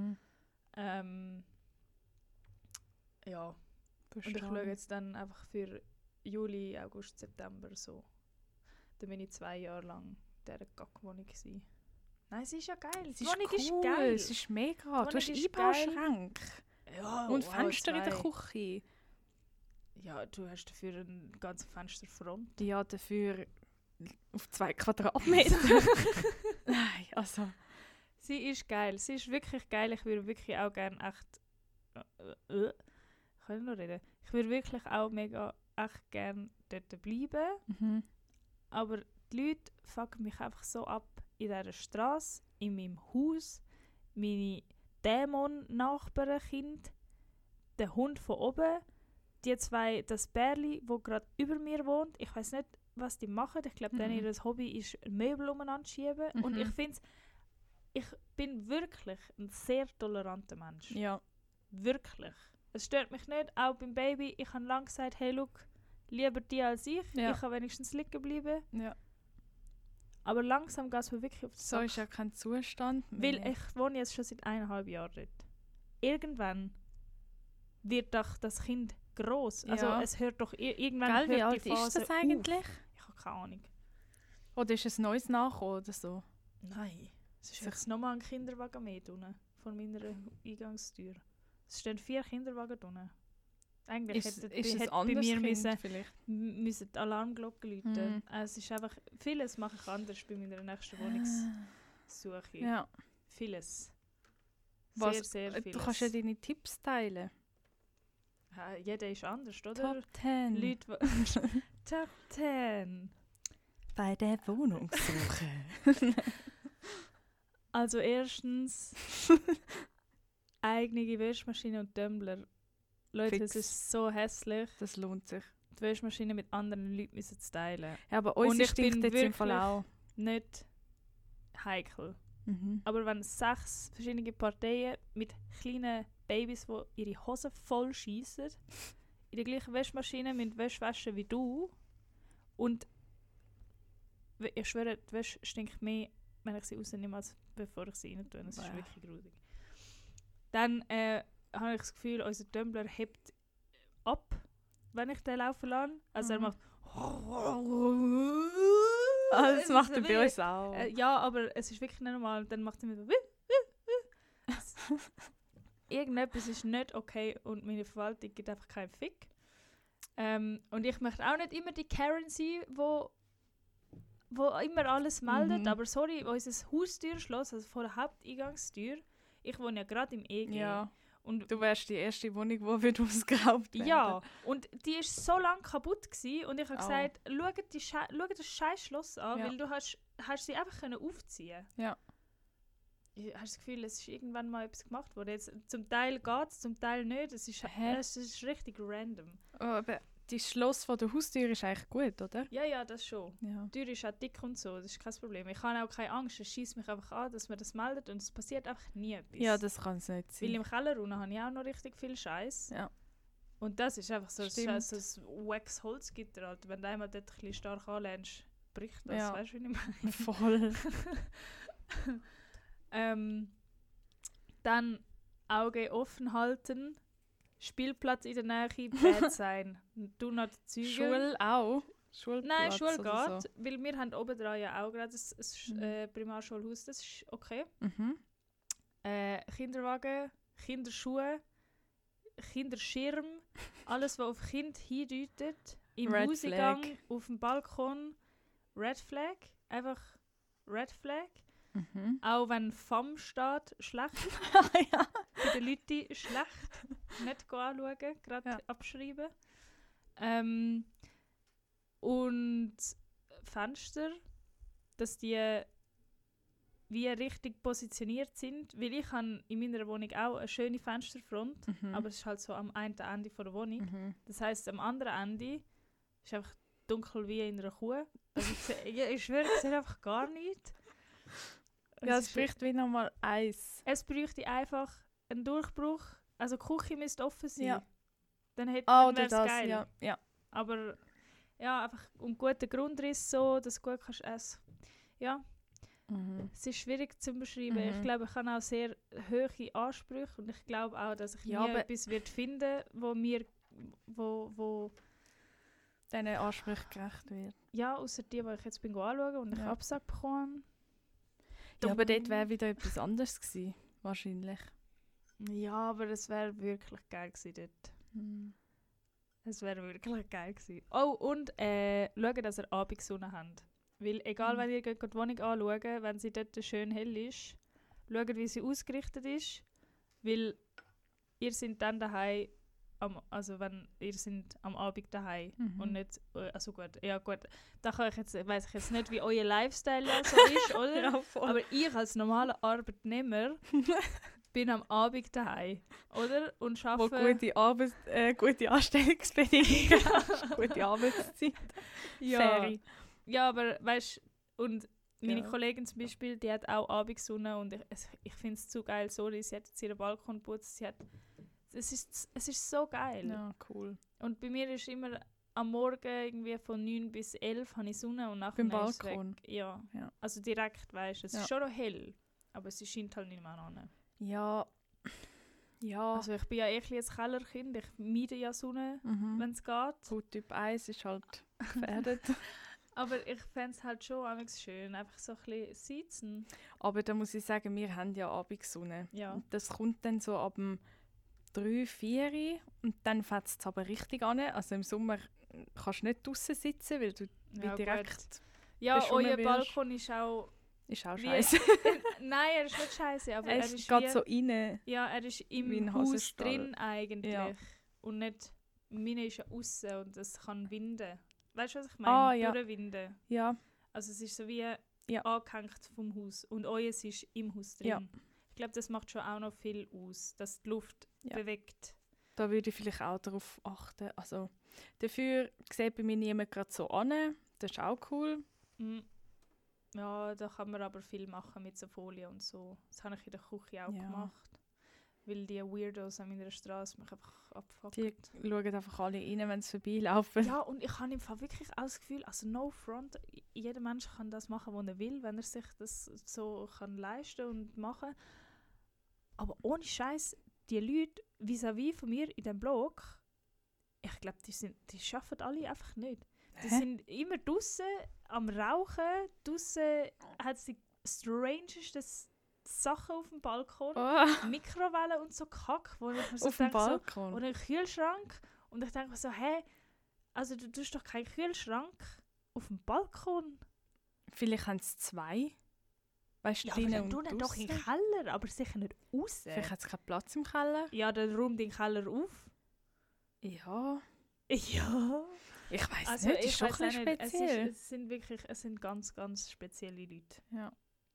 Ja. Und ich schaue jetzt dann einfach für Juli, August, September so. Dann bin ich 2 Jahre lang in dieser Kackwohnung gewesen. Nein, sie ist ja geil. Es Die ist Wohnung cool. ist geil. Es ist mega. Die Du hast Wohnung ist Einbauschränke. Ja, Und wow, Fenster in der 2. Küche. Ja, du hast dafür eine ganze Fensterfront. Ja, dafür auf 2 Quadratmeter. Nein, also... Sie ist geil. Sie ist wirklich geil. Ich würde wirklich auch gerne echt... Kann ich noch reden? Ich würde wirklich auch mega echt gerne dort bleiben. Aber die Leute fucken mich einfach so ab in dieser Straße, in meinem Haus, meine Dämon-Nachbarn-Kind, der Hund von oben, die 2, das Bärli, wo gerade über mir wohnt. Ich weiß nicht, was die machen. Ich glaube, ihr Hobby ist Möbel umeinander schieben. Und ich finde, ich bin wirklich ein sehr toleranter Mensch. Ja. Wirklich. Es stört mich nicht, auch beim Baby. Ich habe lange gesagt, hey, look, lieber die als ich. Ja. Ich kann wenigstens liegen bleiben. Ja. Aber langsam geht es mir wirklich auf den So Sack. ist ja kein Zustand Weil mehr. ich wohne jetzt schon seit 1,5 Jahren dort. Irgendwann wird doch das Kind gross. Also Ja. es hört doch irgendwann Gell, wie hört alt die ist Phase das eigentlich? Auf. Ich habe keine Ahnung. Oder ist ein neues nachgekommen oder so? Nein. Es ist jetzt nochmal ein Kinderwagen mehr unten vor meiner Eingangstür. Es stehen 4 Kinderwagen unten. Eigentlich Ist hätte es bei anders mir Kind vielleicht? müssen die Alarmglocken läuten. Es ist einfach, vieles mache ich anders bei meiner nächsten Wohnungssuche. Ja. Vieles. Was, Sehr vieles. du kannst ja deine Tipps teilen. Ja, jeder ist anders, oder? Top 10. Leute, Top 10. Bei der Wohnungssuche. Also erstens eigene Wäschmaschine und Tumbler. Leute, Fix. es ist so hässlich, Das lohnt sich. die Wäschmaschine mit anderen Leuten müssen zu teilen. Ja, aber Und uns ich stinkt bin jetzt im Fall wirklich- auch. Nicht heikel. Mhm. Aber wenn 6 verschiedene Parteien mit kleinen Babys, die ihre Hosen voll schiessen, in der gleichen Wäschmaschine mit Wäsche waschen wie du und ich schwöre, die Wäsche stinkt mehr, wenn ich sie rausnehme, als bevor ich sie rein tue. Das ist Bäh. wirklich gruselig. Dann habe ich das Gefühl, unser Tumbler hebt ab, wenn ich den laufen lasse. Also er macht Das macht er bei uns auch. Ja, aber es ist wirklich nicht normal. Dann macht er mir so irgendetwas ist nicht okay und meine Verwaltung gibt einfach keinen Fick. Und ich möchte auch nicht immer die Karen sein, wo immer alles meldet. Aber sorry, unser Haustürschloss, also vor der Haupteingangstür, ich wohne ja gerade im EG. Ja. Und Du wärst die erste Wohnung, die wird ausgeraubt werden. ja, und die war so lange kaputt gewesen, und ich habe gesagt, schau das scheiß Schloss an, Ja. weil du hast sie einfach können aufziehen. Ja. Ich habe das Gefühl, es ist irgendwann mal etwas gemacht worden. Jetzt, zum Teil geht es, zum Teil nicht. Es ist richtig random. Oh, aber das Schloss von der Haustür ist eigentlich gut, oder? Ja, das schon. Ja. Die Tür ist auch dick und so, das ist kein Problem. Ich habe auch keine Angst, es schießt mich einfach an, dass man das meldet, und es passiert einfach nie etwas. Ja, das kann es nicht Weil sein. im Keller unten habe ich auch noch richtig viel Scheiß. Ja. Und das ist einfach so ein Stimmt. Wax-Holzgitter. Halt. Wenn du einmal dort ein bisschen stark anlehnst, bricht das. Ja. Weißt du, wie ich meine? Voll. Dann Auge offen halten, Spielplatz in der Nähe, Bad sein. Do not zügeln. Schule auch? Schulplatz Nein, Schule oder geht, so. weil wir haben oben dran ja auch gerade ein Primarschulhaus, das ist okay. Mhm. Kinderwagen, Kinderschuhe, Kinderschirm, alles, was auf Kind hindeutet, im Red Hauseingang, Flag. auf dem Balkon, Red Flag, einfach Red Flag. Mhm. Auch wenn FAM steht, schlecht. Ja. Bei den Leuten schlecht. Nicht anschauen, gerade Ja. abschreiben. Und Fenster, dass die wie richtig positioniert sind. Weil ich habe in meiner Wohnung auch eine schöne Fensterfront, Mhm. aber es ist halt so am einen Ende von der Wohnung. Mhm. Das heisst, am anderen Ende ist einfach dunkel wie in einer Kuh. Also ich schwöre, ich sehe einfach gar nichts. Ja, es ist- bricht wie nochmal Eis. Es bräuchte einfach einen Durchbruch. Also die Küche müsste offen sein. Ja. Dann Ah, wäre oder es das, geil. ja. Ja. Aber ja, einfach um guten Grundriss so, dass du gut kannst essen. Ja, Mhm. es ist schwierig zu beschreiben. Mhm. Ich glaube, ich habe auch sehr hohe Ansprüche, und ich glaube auch, dass ich Ja, nie aber- etwas wird finden, wo Diesen Ansprüchen gerecht wird. ja, außer die ich jetzt bin anschauen und ich Ja. Absage bekomme. Ja, aber dort wäre wieder etwas anderes gewesen. Wahrscheinlich. Ja, aber es wäre wirklich geil gewesen dort. Mhm. Es wäre wirklich geil gewesen. Oh, und schauen, dass ihr Abendsonne habt. Weil egal, wenn ihr geht die Wohnung anschaut, wenn sie dort schön hell ist, schaut, wie sie ausgerichtet ist. Weil ihr seid dann daheim, also wenn ihr seid am Abend daheim Mhm. und nicht, also gut, ja gut, da kann ich jetzt, weiss ich jetzt nicht, wie euer Lifestyle so ist, oder? Ja, voll. Aber ich als normaler Arbeitnehmer bin am Abend daheim, oder? Und Wo arbeite gute Anstellungsbedingungen hast. Gute Arbeitszeit. ja. Ferien. Ja, aber weißt du, und meine Ja. Kollegin zum Beispiel, die hat auch Abendsonne, und ich finde es zu geil, sorry, sie hat jetzt ihren Balkon geputzt, es ist so geil. Ja, cool. Und bei mir ist immer am Morgen irgendwie von 9 bis 11 habe ich Sonne, und nachher Beim ist es Balkon? weg. Ja. Ja. Also direkt, weißt du, es Ja. ist schon noch hell, aber es scheint halt nicht mehr an. Ja. Ja. Also ich bin ja ein Kellerkind, ich meide ja Sonne, Mhm. wenn es geht. Gut, Typ 1 ist halt gefährdet. Aber ich fände es halt schon manchmal schön, einfach so ein bisschen sitzen. Aber da muss ich sagen, wir haben ja Abendsonne. Ja. Und das kommt dann so ab dem 3, 4 und dann fetzt es aber richtig an. Also im Sommer kannst du nicht draußen sitzen, weil du wie Ja, direkt... gut. Ja, beschonnen euer wirst. Balkon ist auch... Ist auch Wie- scheiße. Nein, er ist nicht scheiße, aber Er er ist ist gerade wie, so rein. ja, er ist wie im ein Haus Hasenstall. drin eigentlich. Ja. Und nicht... Meine ist ja außen und es kann winden. Weißt du, was ich meine? Ah, ja. Durchwinden. Ja. Also es ist so wie Ja. angehängt vom Haus. Und euers ist im Haus drin. Ja. Ich glaube, das macht schon auch noch viel aus, dass die Luft Ja. bewegt. Da würde ich vielleicht auch darauf achten. Also, dafür sieht bei mir niemand gerade so an. Das ist auch cool. Mm. Ja, da kann man aber viel machen mit so Folie und so. Das habe ich in der Küche auch Ja. gemacht. Weil die Weirdos an meiner Straße mich einfach abfucken. Die schauen einfach alle rein, wenn sie vorbeilaufen. Ja, und ich habe im Fall wirklich auch das Gefühl, also no front, jeder Mensch kann das machen, was er will, wenn er sich das so kann leisten und machen. Aber ohne Scheiß, die Leute vis-à-vis von mir in dem Blog, ich glaube, die arbeiten alle einfach nicht. Die Hä? sind immer draußen am Rauchen. Draussen hat es die strangesten Sachen auf dem Balkon. Oh, Mikrowellen und so Kack, wo ich mir so auf dem denke, so, Balkon. oder einen Kühlschrank. Und ich denke mir so, hä, also du tust doch keinen Kühlschrank auf dem Balkon. Vielleicht haben es 2. Weißt du, Ja, aber drinnen dann und tun ihn doch in den draussen. Keller, aber sicher nicht raus. Vielleicht hat es keinen Platz im Keller. Ja, dann räum den Keller auf. Ja, Ja. ich weiß Also nicht, ich ist schon weiss ein auch bisschen speziell. Es sind ganz, ganz spezielle Leute. Ja.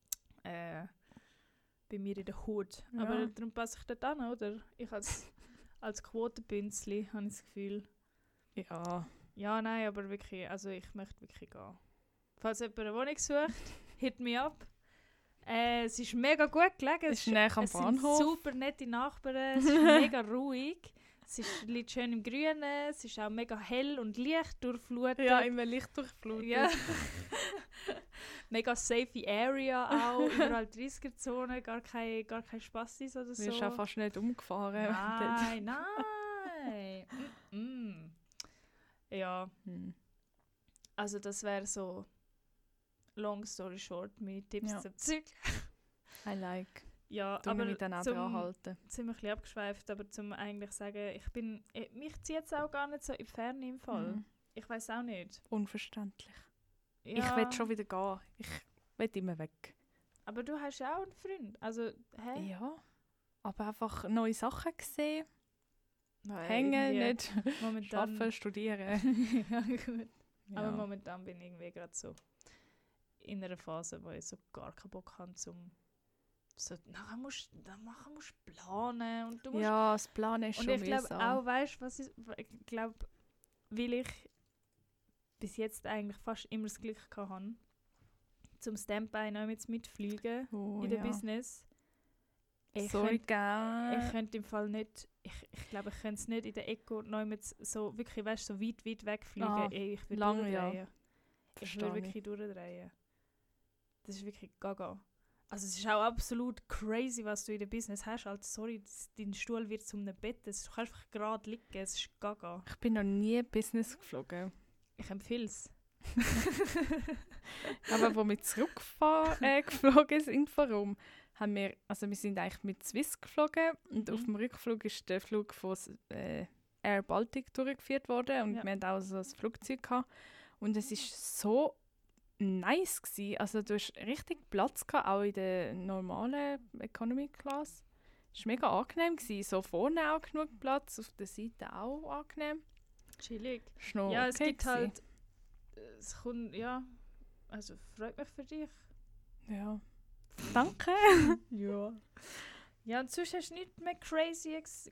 Bei mir in der Hut. Ja. Aber darum passe ich dort an, oder? Ich als Quotenbünzli habe ich das Gefühl. Ja. Ja, nein, aber wirklich, also ich möchte wirklich gehen. Falls jemand eine Wohnung sucht, hit me up. Es ist mega gut gelegen. Es ist näher am es sind Bahnhof. super nette Nachbarn. Es ist mega ruhig. Liegt schön im Grünen. Es ist auch mega hell und Licht durchflutet. Ja, immer Licht durchflutet. Ja. Mega safe Area auch. Überall 30er-Zone. Gar kein Spastis oder Du so. wirst auch fast nicht umgefahren. Nein, nein. Ja, Hm. also das wäre so long story short, meine Tipps Ja. zum Zeug. I like. Ja, Du aber mich dann auch zum, dran halten. sind wir ein bisschen abgeschweift, aber zum eigentlich sagen, mich zieht es auch gar nicht so in die Ferne im Fall. Mhm. Ich weiß auch nicht. Unverständlich. Ja, Ich will schon wieder gehen. Ich will immer weg. Aber du hast ja auch einen Freund. Also, hä? Ja. Aber einfach neue Sachen gesehen. Nein, Hängen, irgendwie nicht momentan. arbeiten, studieren. Ja, gut. Aber Ja. momentan bin ich irgendwie gerade so in einer Phase, wo ich so gar keinen Bock habe, zum so, nachher musst du planen und du musst Ja, das Planen ist und schon ich glaube mühsam. auch, weißt du, was ich glaube, weil ich bis jetzt eigentlich fast immer das Glück hatte, zum Standby noch mitfliegen Oh, in der ja. Business. Ich Sorry, Ich könnte im Fall nicht, ich glaube, ich könnte es nicht in der Eco noch mit so wirklich, weißt du, so weit wegfliegen. Ah, Ich würde lange, ja. durchdrehen. Ich Verstehe würde wirklich durchdrehen. Das ist wirklich gaga. Also es ist auch absolut crazy, was du in der Business hast. Also, sorry, dein Stuhl wird zu einem Bett. Du kannst einfach gerade liegen. Es ist gaga. Ich bin noch nie Business geflogen. Ich empfehle es. Aber wo wir geflogen sind, warum? Haben wir sind eigentlich mit Swiss geflogen und Mhm. auf dem Rückflug ist der Flug von Air Baltic durchgeführt worden und Ja. wir hatten auch so ein Flugzeug gehabt. Und es war so nice gewesen. Also du hast richtig Platz gehabt, auch in der normalen Economy Class. Es war mega angenehm gewesen. So vorne auch genug Platz, auf der Seite auch angenehm. Chillig. Ist noch Ja, es okay gibt gewesen. halt... Es kommt, ja... Also freut mich für dich. Ja. Danke. Ja. Ja, und sonst hast du nicht mehr etwas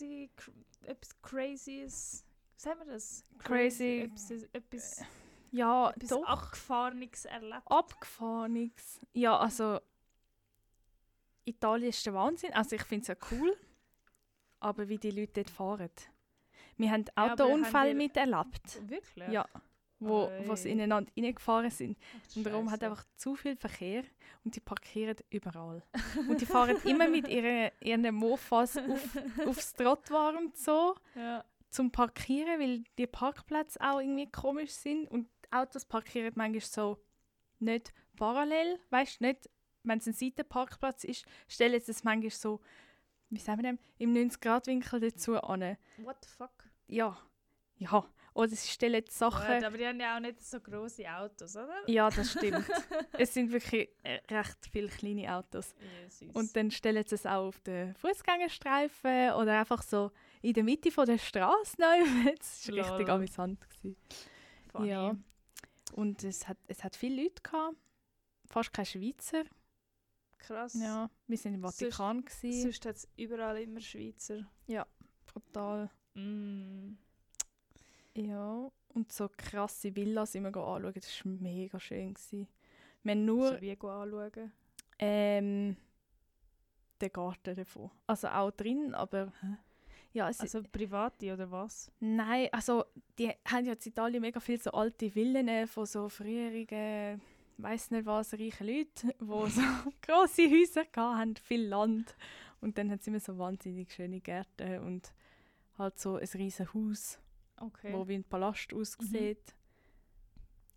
Crazyes... Was haben wir das? Crazy. Etwas Ja, doch. Abgefahrenes erlebt. Abgefahrenes. Ja, also Italien ist der Wahnsinn. Also ich finde es ja cool, aber wie die Leute dort fahren. Wir haben Ja, aber Autounfälle haben die- miterlebt. Wirklich? Ja, wo Oi. sie ineinander reingefahren sind. Ach, Und darum hat Scheisse. einfach zu viel Verkehr und die parkieren überall. Und die fahren immer mit ihren Mofas aufs Trottoir und so Ja. zum Parkieren, weil die Parkplätze auch irgendwie komisch sind und die Autos parkieren manchmal so nicht parallel, weißt du, nicht, wenn es ein Seitenparkplatz ist, stellen sie es manchmal so, wie sagen wir dem, im 90-Grad-Winkel dazu an. What the fuck? Ja, ja. Oder sie stellen die Sachen... Gut, aber die haben ja auch nicht so grosse Autos, oder? Ja, das stimmt. Es sind wirklich recht viele kleine Autos. Ja, süß. Und dann stellen sie es auch auf den Fußgängerstreifen oder einfach so in der Mitte von der Straße. Das war richtig Lol. amüsant gewesen. Funny. Ja. Und es hat viele Leute gehabt. Fast keine Schweizer. Krass. Ja, wir waren im Vatikan. gewesen. Sonst hat es überall immer Schweizer. Brutal. Mm. Ja. Und so krasse Villas immer anschauen. Das war mega schön gewesen. Wir haben nur So wie anschauen. den Garten davon. Also auch drin, aber... Ja, es Also private oder was? Nein, also die haben ja in Italien mega viele so alte Villen von so früherigen, weiss nicht was, reichen Leuten, die so grosse Häuser hatten, viel Land. Und dann haben sie immer so wahnsinnig schöne Gärten und halt so ein riesen Haus, Okay. wo wie ein Palast aussieht.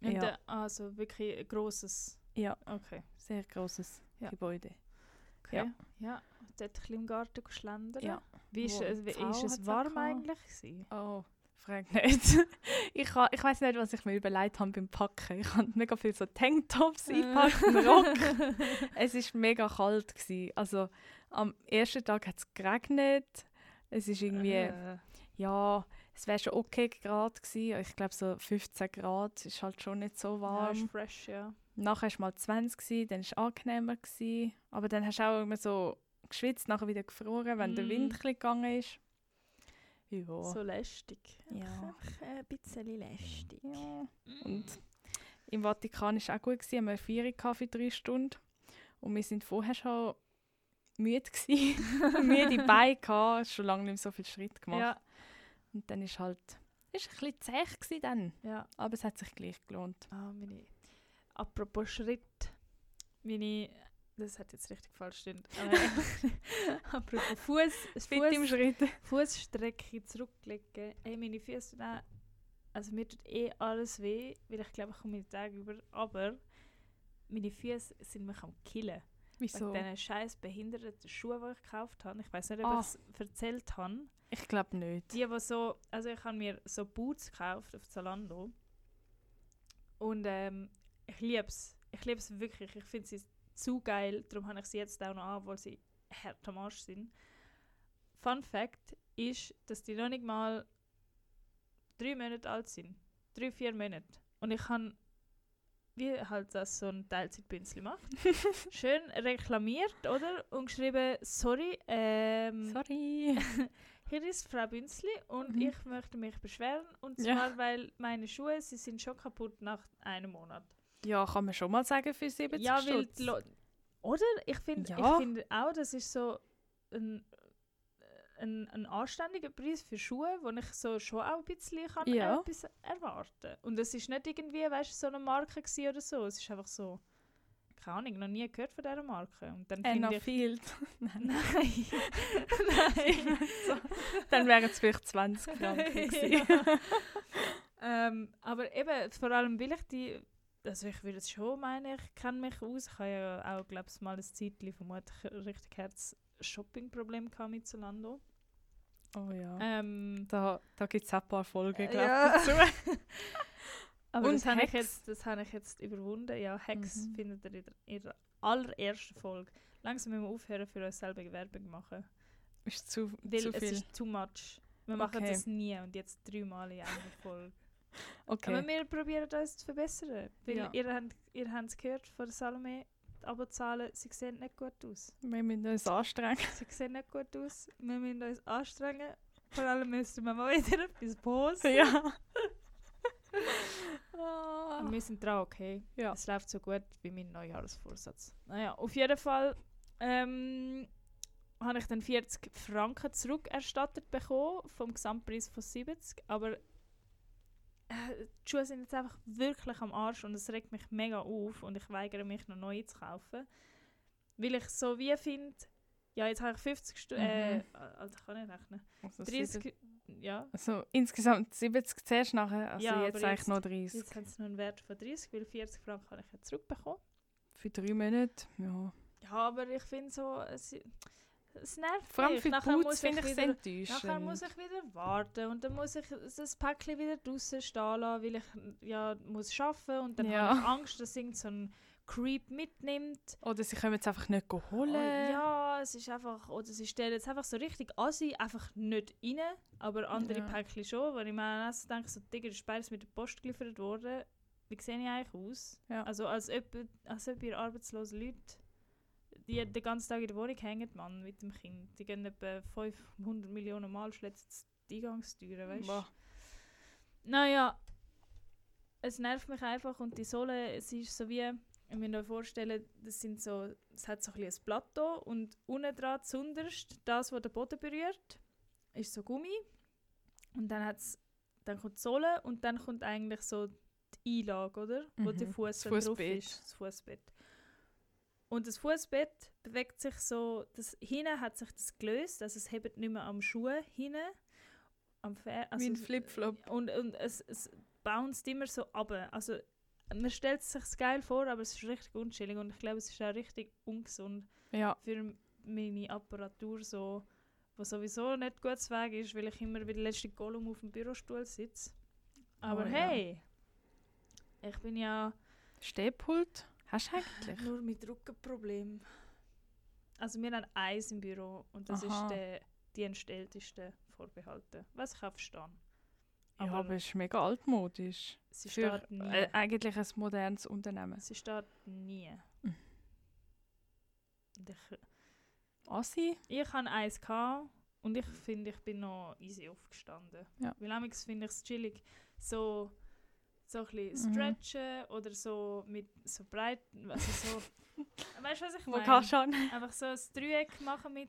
Und Ja. also wirklich ein grosses. Ja, Okay. sehr grosses Ja. Gebäude. Okay. Ja. Dort ein bisschen im Garten schlendern. Ja. Wie ist, Wo wie die Frau ist es hat's auch warm gehabt. eigentlich gewesen? Oh, frag nicht. Ich weiss nicht, was ich mir überlegt habe beim Packen. Ich habe mega viel so Tanktops eingepackt, einen Rock. Es war mega kalt gewesen. Also am ersten Tag hat es geregnet. Es ist irgendwie, ja, es wäre schon okay Grad gewesen. Ich glaube so 15 Grad ist halt schon nicht so Ja, warm. ist fresh, ja. Nachher war mal 20 gewesen, dann war es angenehmer gewesen. Aber dann hast du auch immer so geschwitzt, nachher wieder gefroren, wenn der Wind ein bisschen gegangen ist. Ja. So lästig. Ja. Einfach ein bisschen lästig. Ja. Und im Vatikan war es auch gut, gewesen. Wir hatten eine Feierung für 3 Stunden. Und wir waren vorher schon müde gewesen. Müde Beine gehabt, schon lange nicht mehr so viel Schritt gemacht. Ja, Und dann ist halt, ist ein bisschen zäh gewesen dann. ja. Aber es hat sich gleich gelohnt. Apropos Schritt, das hat jetzt richtig falsch gestimmt. Apropos Fit im Schritt. Fußstrecke zurücklegen. Ey, meine Füße, also mir tut alles weh, weil ich glaube, ich komme mit den Tagen über. Aber meine Füße sind mich am Killen. Wieso? Wegen diesen scheiß behinderten Schuhen, die ich gekauft habe. Ich weiß nicht, ob ich es erzählt habe. Ich glaube nicht. Die so, also ich habe mir so Boots gekauft auf Zalando. Und ich liebe es. Ich liebe es wirklich. Ich finde sie zu geil. Darum habe ich sie jetzt auch noch an, weil sie hart am Arsch sind. Fun Fact ist, dass die noch nicht mal 3 Monate alt sind. 3-4 Monate. Und ich habe, wie halt das so ein Teilzeitbünzli macht, schön reklamiert, oder? Und geschrieben, sorry, Sorry. hier ist Frau Bünzli und Mhm. ich möchte mich beschweren. Und Ja. zwar, weil meine Schuhe, sie sind schon kaputt nach einem Monat. Ja, kann man schon mal sagen für 70 Ja, weil Stutz. oder? Ich finde Ja. auch, das ist so ein anständiger Preis für Schuhe, wo ich so schon auch ein bisschen kann Ja. etwas erwarten. Und es ist nicht irgendwie, weißt du, so eine Marke gewesen oder so. Es ist einfach so, keine Ahnung, noch nie gehört von dieser Marke. Und dann Anna finde ich... Field. Nein. Nein. So. Dann wären es vielleicht 20 Franken gewesen. Ja. Aber eben, vor allem will ich die... Also ich würde es schon meinen, ich kenne mich aus. Ich habe ja auch, glaube ich, mal ein Zeitchen vermutlich richtig Herz-Shopping-Problem mit Zalando. Oh ja. Da Da gibt es auch ein paar Folgen, glaube Ja. ich, dazu. Aber Und das habe Hex? ich jetzt überwunden. Ja, Hex Mhm. findet ihr in der allerersten Folge. Langsam müssen wir aufhören, für uns selber Werbung machen. Ist zu Weil es viel. ist too much. Wir machen Okay. das nie und jetzt 3 Mal in einer Folge. Okay. Aber wir probieren uns zu verbessern. Weil Ja. ihr habt es gehört von der Salome, die Abozahlen, sie sehen nicht gut aus. Wir müssen uns anstrengen. Sie sehen nicht gut aus. Wir müssen uns anstrengen. Vor allem müssen wir mal wieder etwas posten. Ja. Aber wir sind dran, okay? Ja. Es läuft so gut wie mein Neujahrsvorsatz. Naja, auf jeden Fall habe ich dann 40 Franken zurückerstattet bekommen vom Gesamtpreis von 70. Aber die Schuhe sind jetzt einfach wirklich am Arsch und es regt mich mega auf und ich weigere mich noch neue zu kaufen. Weil ich so wie finde, ja jetzt habe ich 50 Alter, kann ich rechnen. Also 30, ja. Also insgesamt 70 zuerst nachher, also Ja, jetzt aber eigentlich jetzt- noch 30. Jetzt haben sie noch einen Wert von 30, weil 40 Franken habe ich ja zurückbekommen. Für 3 Monate, ja. Ja, aber ich finde so, es nervt Vor allem mich. für Nachher Boots muss finde ich es wieder- enttäuschend. Nachher muss ich wieder warten und dann muss ich das Päckchen wieder draussen stehen lassen, weil ich ja muss arbeiten und dann Ja. habe ich Angst, dass irgend so ein Creep mitnimmt. Oder sie können es einfach nicht holen. Ja, es ist einfach, oder sie stellen jetzt einfach so richtig assi, einfach nicht rein, aber andere Ja. Päckchen schon, weil ich mir auch denke, so Digga, das ist beides mit der Post geliefert worden. Wie sehe ich eigentlich aus? Ja. Also als ob ihr arbeitslose Leute, die den ganzen Tag in der Wohnung hängen, Mann, mit dem Kind. Die gehen etwa 500 Millionen Mal schletzen die Eingangstüren, weißt du? Boah. Naja, es nervt mich einfach und die Sohle, es ist so wie, ich muss mir vorstellen, es hat so ein bisschen ein Plateau und unten dran zunderst, das, was den Boden berührt, ist so Gummi und dann kommt die Sohle und dann kommt eigentlich so die Einlage, oder? Wo der Fuß Das drauf Fußbett. ist, das Fußbett. Und das Fußbett bewegt sich so, hinten hat sich das gelöst, also es hebt nicht mehr am Schuh hinten. Wie ein Flipflop. Und es bounced immer so runter. Also man stellt es sich geil vor, aber es ist richtig unchillig und ich glaube, es ist auch richtig ungesund für meine Apparatur, so, was sowieso nicht gut Weg ist, weil ich immer wie der letzte Gollum auf dem Bürostuhl sitze. Aber hey, ich bin ja... Stehpult hast du eigentlich? Nur mit Rückenproblemen. Also wir haben eins im Büro und das ist die entstellteste vorbehalten. Was ich auch verstehe. Aber es ist mega altmodisch. Sie steht nie. Eigentlich ein modernes Unternehmen. Sie steht nie. Assi? Ich hatte eins und ich finde, ich bin noch easy aufgestanden. Ja. Weil manchmal finde ich es chillig, so ein bisschen stretchen oder so mit so breit, also so, weißt du, was ich meine? Einfach so ein Dreieck machen mit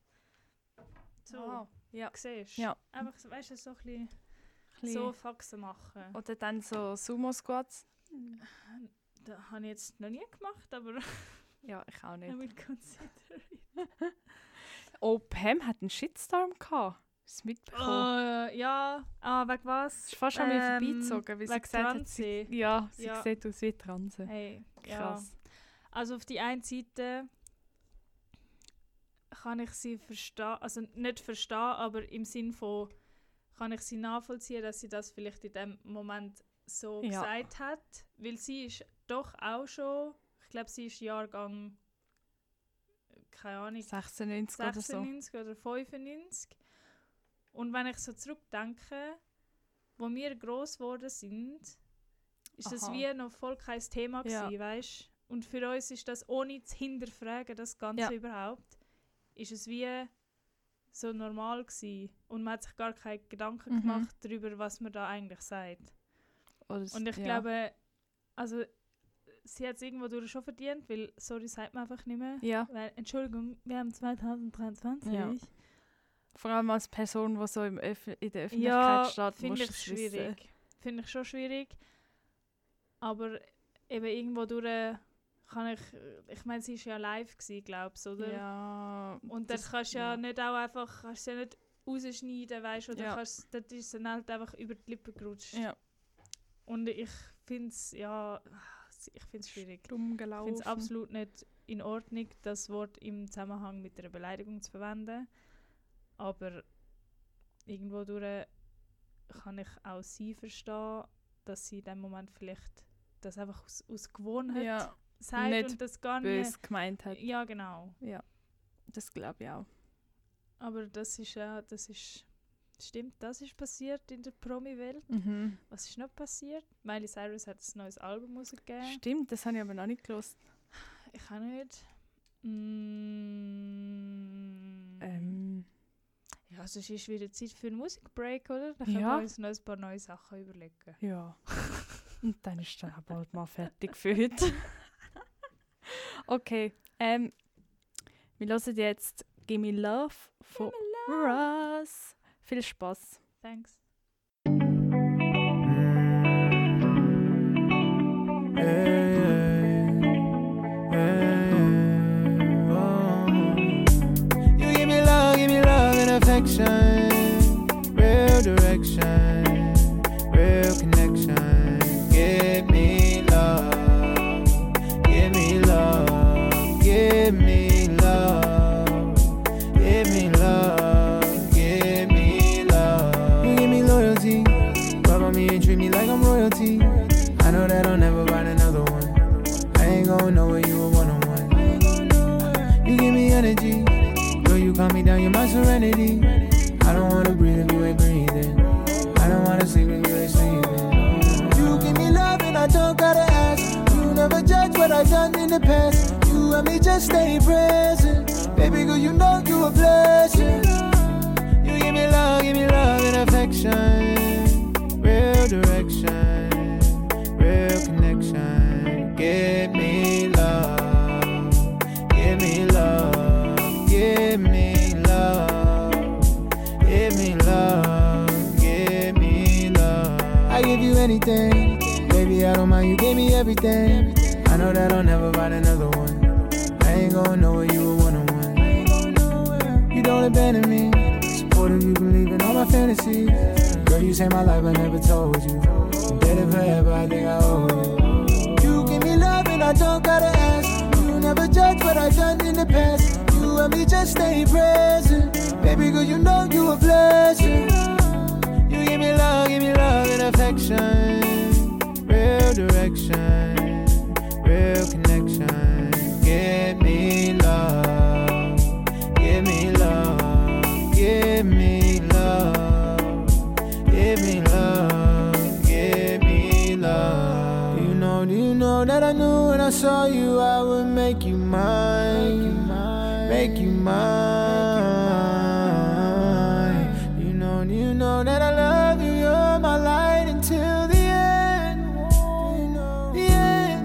so, siehst du? Ja. Einfach, weißt du, so ein bisschen so Faxen machen. Oder dann so Sumo-Squats. Das habe ich jetzt noch nie gemacht, aber ja, ich auch nicht. I will consider it. Pam hat einen Shitstorm gehabt. Hast du mitbekommen? Ja, wegen was? Es ist fast an mir vorbeigezogen, weil sie gesagt hat, sie sieht aus wie Transe. Hey, krass. Ja. Also auf die einen Seite kann ich sie verstehen, also nicht verstehen, aber im Sinn von kann ich sie nachvollziehen, dass sie das vielleicht in dem Moment so gesagt hat, weil sie ist doch auch schon, ich glaube, sie ist Jahrgang, keine Ahnung, 96 oder 95. Und wenn ich so zurückdenke, wo wir gross geworden sind, ist das wie noch voll kein Thema gewesen, weißt? Und für uns ist das, ohne zu hinterfragen, das Ganze überhaupt, ist es wie so normal gewesen. Und man hat sich gar keine Gedanken gemacht darüber, was man da eigentlich sagt. Und ich glaube, also sie hat es irgendwo durch schon verdient, weil, sorry, sagt man einfach nicht mehr. Ja. Weil, Entschuldigung, wir haben 2023. Ja. Vor allem als Person, die so in der Öffentlichkeit steht, finde ich schwierig. Finde ich schon schwierig. Aber eben irgendwo durch kann ich meine, sie war ja live gewesen, glaubst du, oder? Ja. Und das kannst du ja nicht auch einfach, kannst du ja nicht rausschneiden, weißt du, oder das ist dann halt einfach über die Lippen gerutscht. Ja. Und ich finde es, schwierig. Dumm gelaufen. Ich finde es absolut nicht in Ordnung, das Wort im Zusammenhang mit einer Beleidigung zu verwenden. Aber irgendwo durch kann ich auch sie verstehen, dass sie in dem Moment vielleicht das einfach aus Gewohnheit sagt nicht und das gar böse gemeint hat. Ja, genau. Ja, das glaube ich auch. Aber das ist stimmt, das ist passiert in der Promi-Welt. Was ist noch passiert? Miley Cyrus hat ein neues Album rausgegeben. Stimmt, das habe ich aber noch nicht gehört. Ich auch nicht. Ja, sonst ist wieder Zeit für einen Musikbreak, oder? Dann können wir uns noch ein paar neue Sachen überlegen. Ja. Und dann ist dann bald mal fertig für heute. Okay. Wir hören jetzt Give Me Love von Russ. Viel Spaß. Thanks. You give me love and affection, real direction, real connection. Give me love, give me love, give me love, give me love, give me love. You give me loyalty, rub on me and treat me like I'm royalty. I know that I'll never find another one. I ain't gon' know where you a one-on-one. You give me energy, girl, you calm me down, you're my serenity. I don't wanna breathe if you ain't breathing. I don't wanna sleep if you ain't sleeping. You give me love and I don't gotta ask. You never judge what I've done in the past. You and me just stay present. Baby girl, you know you a blessing. You give me love and affection, real direction, real connection. Give me love, give me love, give me love, give me love, give me love. I give you anything, baby, I don't mind, you gave me everything. I know that I'll never find another one. I ain't gon' know where you a one-on-one. You don't abandon me, supportive, you believe in all my fantasies. Girl, you saved my life, I never told you. Dead and forever, I think I owe you. I don't gotta ask. You never judge what I done in the past. You and me just stay present. Baby girl, you know you a blessing. You give me love and affection. Real direction, real connection. Give me love, give me love, give me love, give me love, give me love. Do you know that I knew when I saw you I would make you mine, make you mine. Do you know that I love you, you're my light until the end, the end.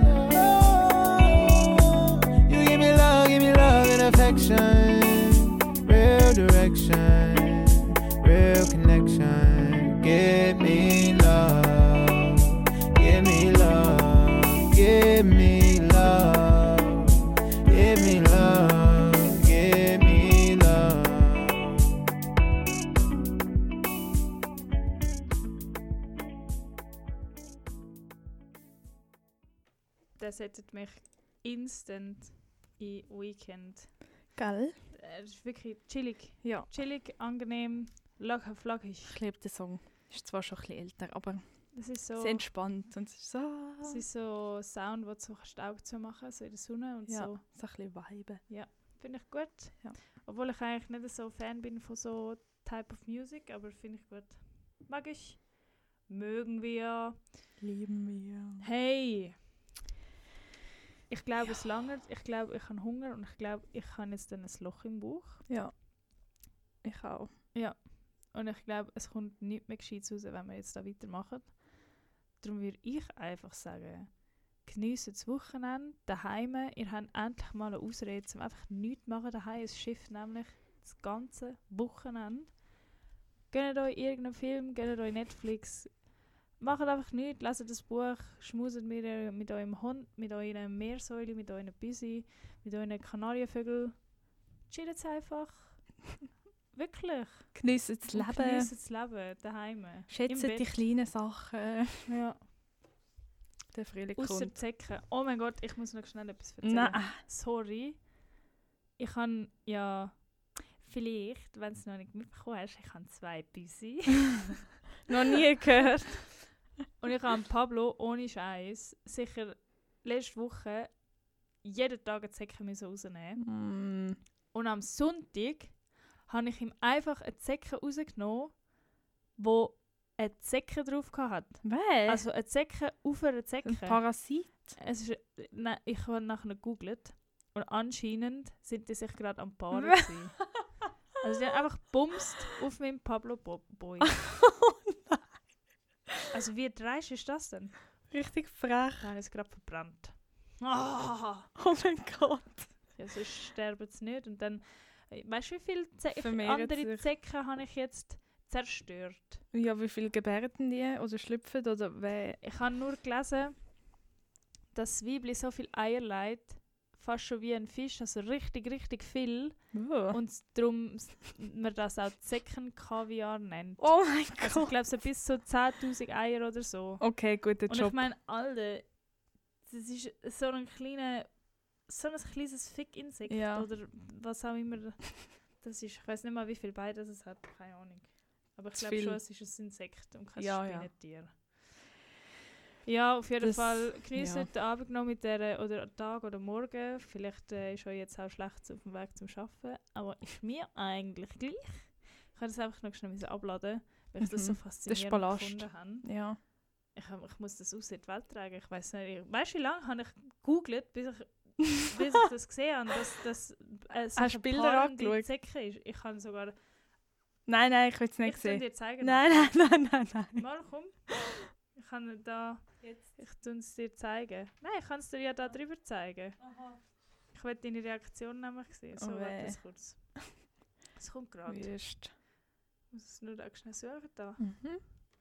You give me love and affection, real direction, real connection. Give me love, give me love, give me love, give me love, give me love. Das setzt mich instant in Weekend. Gell? Es ist wirklich chillig. Ja. Chillig, angenehm, locker, flockig. Ich liebe den Song. Ist zwar schon ein bisschen älter, aber Es ist so, sehr entspannt. Und es ist so... es ist so Sound, wo du so kannst die Augen zu machen, so in der Sonne und ja, so. so ein bisschen Vibe. Finde ich gut. Ja. Obwohl ich eigentlich nicht so Fan bin von so Type of Music, aber finde ich gut. Mag ich. Mögen wir. Lieben wir. Hey! Ich glaube, es langt. Ich glaube, ich habe Hunger und ich glaube, ich habe jetzt dann ein Loch im Bauch. Ja. Ich auch. Und ich glaube, es kommt nichts mehr Gescheites raus, wenn wir jetzt da weitermachen. Darum würde ich einfach sagen, geniessen das Wochenende daheim. Ihr habt endlich mal eine Ausrede, um einfach nichts zu machen daheim. Es schifft nämlich das ganze Wochenende. Gönnt euch irgendeinen Film, gönnt euch Netflix. Macht einfach nichts, leset das Buch, schmuset mit eurem Hund, mit eurer Meersäule, mit euren Büsi, mit euren Kanarienvögeln. Chillt einfach. Wirklich. Geniessen das Leben. Geniessen das Leben daheim. Schätzen die kleinen Sachen. Ja. Der Frühling Ausser kommt. Zecken. Oh mein Gott, ich muss noch schnell etwas erzählen. Nein. Sorry. Ich habe ja vielleicht, wenn du es noch nicht mitbekommen hast, ich habe 2 Büsi. Noch nie gehört. Und ich habe Pablo ohne Scheiß sicher letzte Woche jeden Tag eine Zecke rausnehmen. Und am Sonntag habe ich ihm einfach eine Zecke rausgenommen, wo eine Zecke drauf hatte. Was? Also eine Zecke auf einer Zecke. Ein Parasit? Es ist, nein, ich habe nachher gegoogelt und anscheinend sind die sich gerade am Paaren gewesen. Also die haben einfach bumst auf meinem Pablo Boy. Oh nein. Also wie dreist ist das denn? Richtig frech. Ich habe es gerade verbrannt. Oh, Oh mein Gott. ja, sonst sterben sie nicht. Und dann, weißt du, wie viele Vermehren andere sich. Zecken habe ich jetzt zerstört? Ja, wie viel gebärden die? Oder schlüpfen? Oder wer? Ich habe nur gelesen, dass das Weibli so viel Eier legt, fast schon wie ein Fisch, also richtig, richtig viel. Oh. Und darum man das auch Zeckenkaviar nennt. Oh mein Also ich Gott. glaube so bis so 10'000 Eier oder so. Okay, guter Und Job. ich meine, Alter, das ist so ein kleines Fickinsekt Ja. oder was auch immer das ist. Ich weiß nicht mal, wie viel beides es hat, keine Ahnung. Aber ich Zu glaube viel. schon, es ist ein Insekt und kein Ja, ja. Spinnentier. Ja, auf jeden Das- Fall geniessen ja. den Abend noch mit der, oder Tag oder Morgen. Vielleicht ist euch jetzt auch schlecht auf dem Weg zum Arbeiten, aber ist mir eigentlich gleich. Ich habe das einfach noch schnell abladen, weil ich das so Mhm. Das ist faszinierend Ballast. gefunden habe. Ja. Ich muss das aus in die Welt tragen. Ich weiß nicht. Weißt du, wie lange habe ich gegoogelt, bis ich das gesehen habe, dass das Hast du Bilder angeschaut? Zecke ist. Ich kann sogar... Nein, ich will es nicht Ich kann sehen. dir zeigen. Nein. Mal, komm. Ich kann da... Ich tue es dir zeigen. Nein, ich kann es dir ja da drüber zeigen. Ich will deine Reaktion nämlich sehen. So, Oh warte weh. das kurz. Es kommt gerade. Ich Wüst. muss es nur da schnell suchen. Da. Mhm.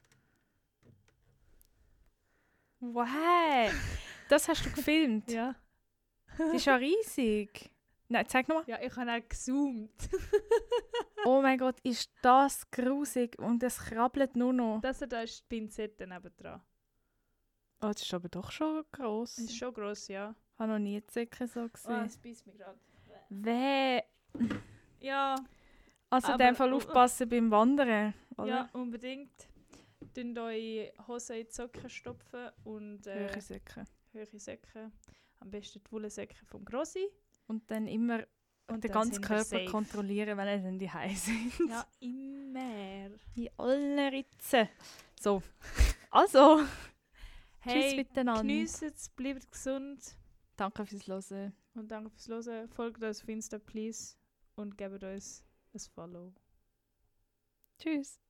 Wow. Das hast du gefilmt? Ja. Die ist ja riesig. Nein, zeig nochmal. Ja, ich habe auch gezoomt. Oh mein Gott, ist das grusig und es krabbelt nur noch. Das da ist die Pinzette nebendran. Oh, das ist aber doch schon gross. Das ist schon gross, ja. Ich habe noch nie die Säcke so Oh, gesehen. es beißt mich gerade. Weh. Ja, Also in Aber- dem Fall aufpassen beim Wandern, oder? ja, unbedingt. Tun eure Hose in die Socken stopfen und Höhere Säcke. hohe Säcke. Am besten die Wollsäcke vom Grossi. Und dann immer Und den dann ganzen sind wir Körper safe. kontrollieren, wenn er dann die sind. Ja, immer. In allen Ritzen. So. Also, tschüss Hey, miteinander. geniessen es, bleibt gesund. Danke fürs Hören. Und danke fürs Hören. Folgt uns auf Insta, please. Und gebt uns ein Follow. Tschüss.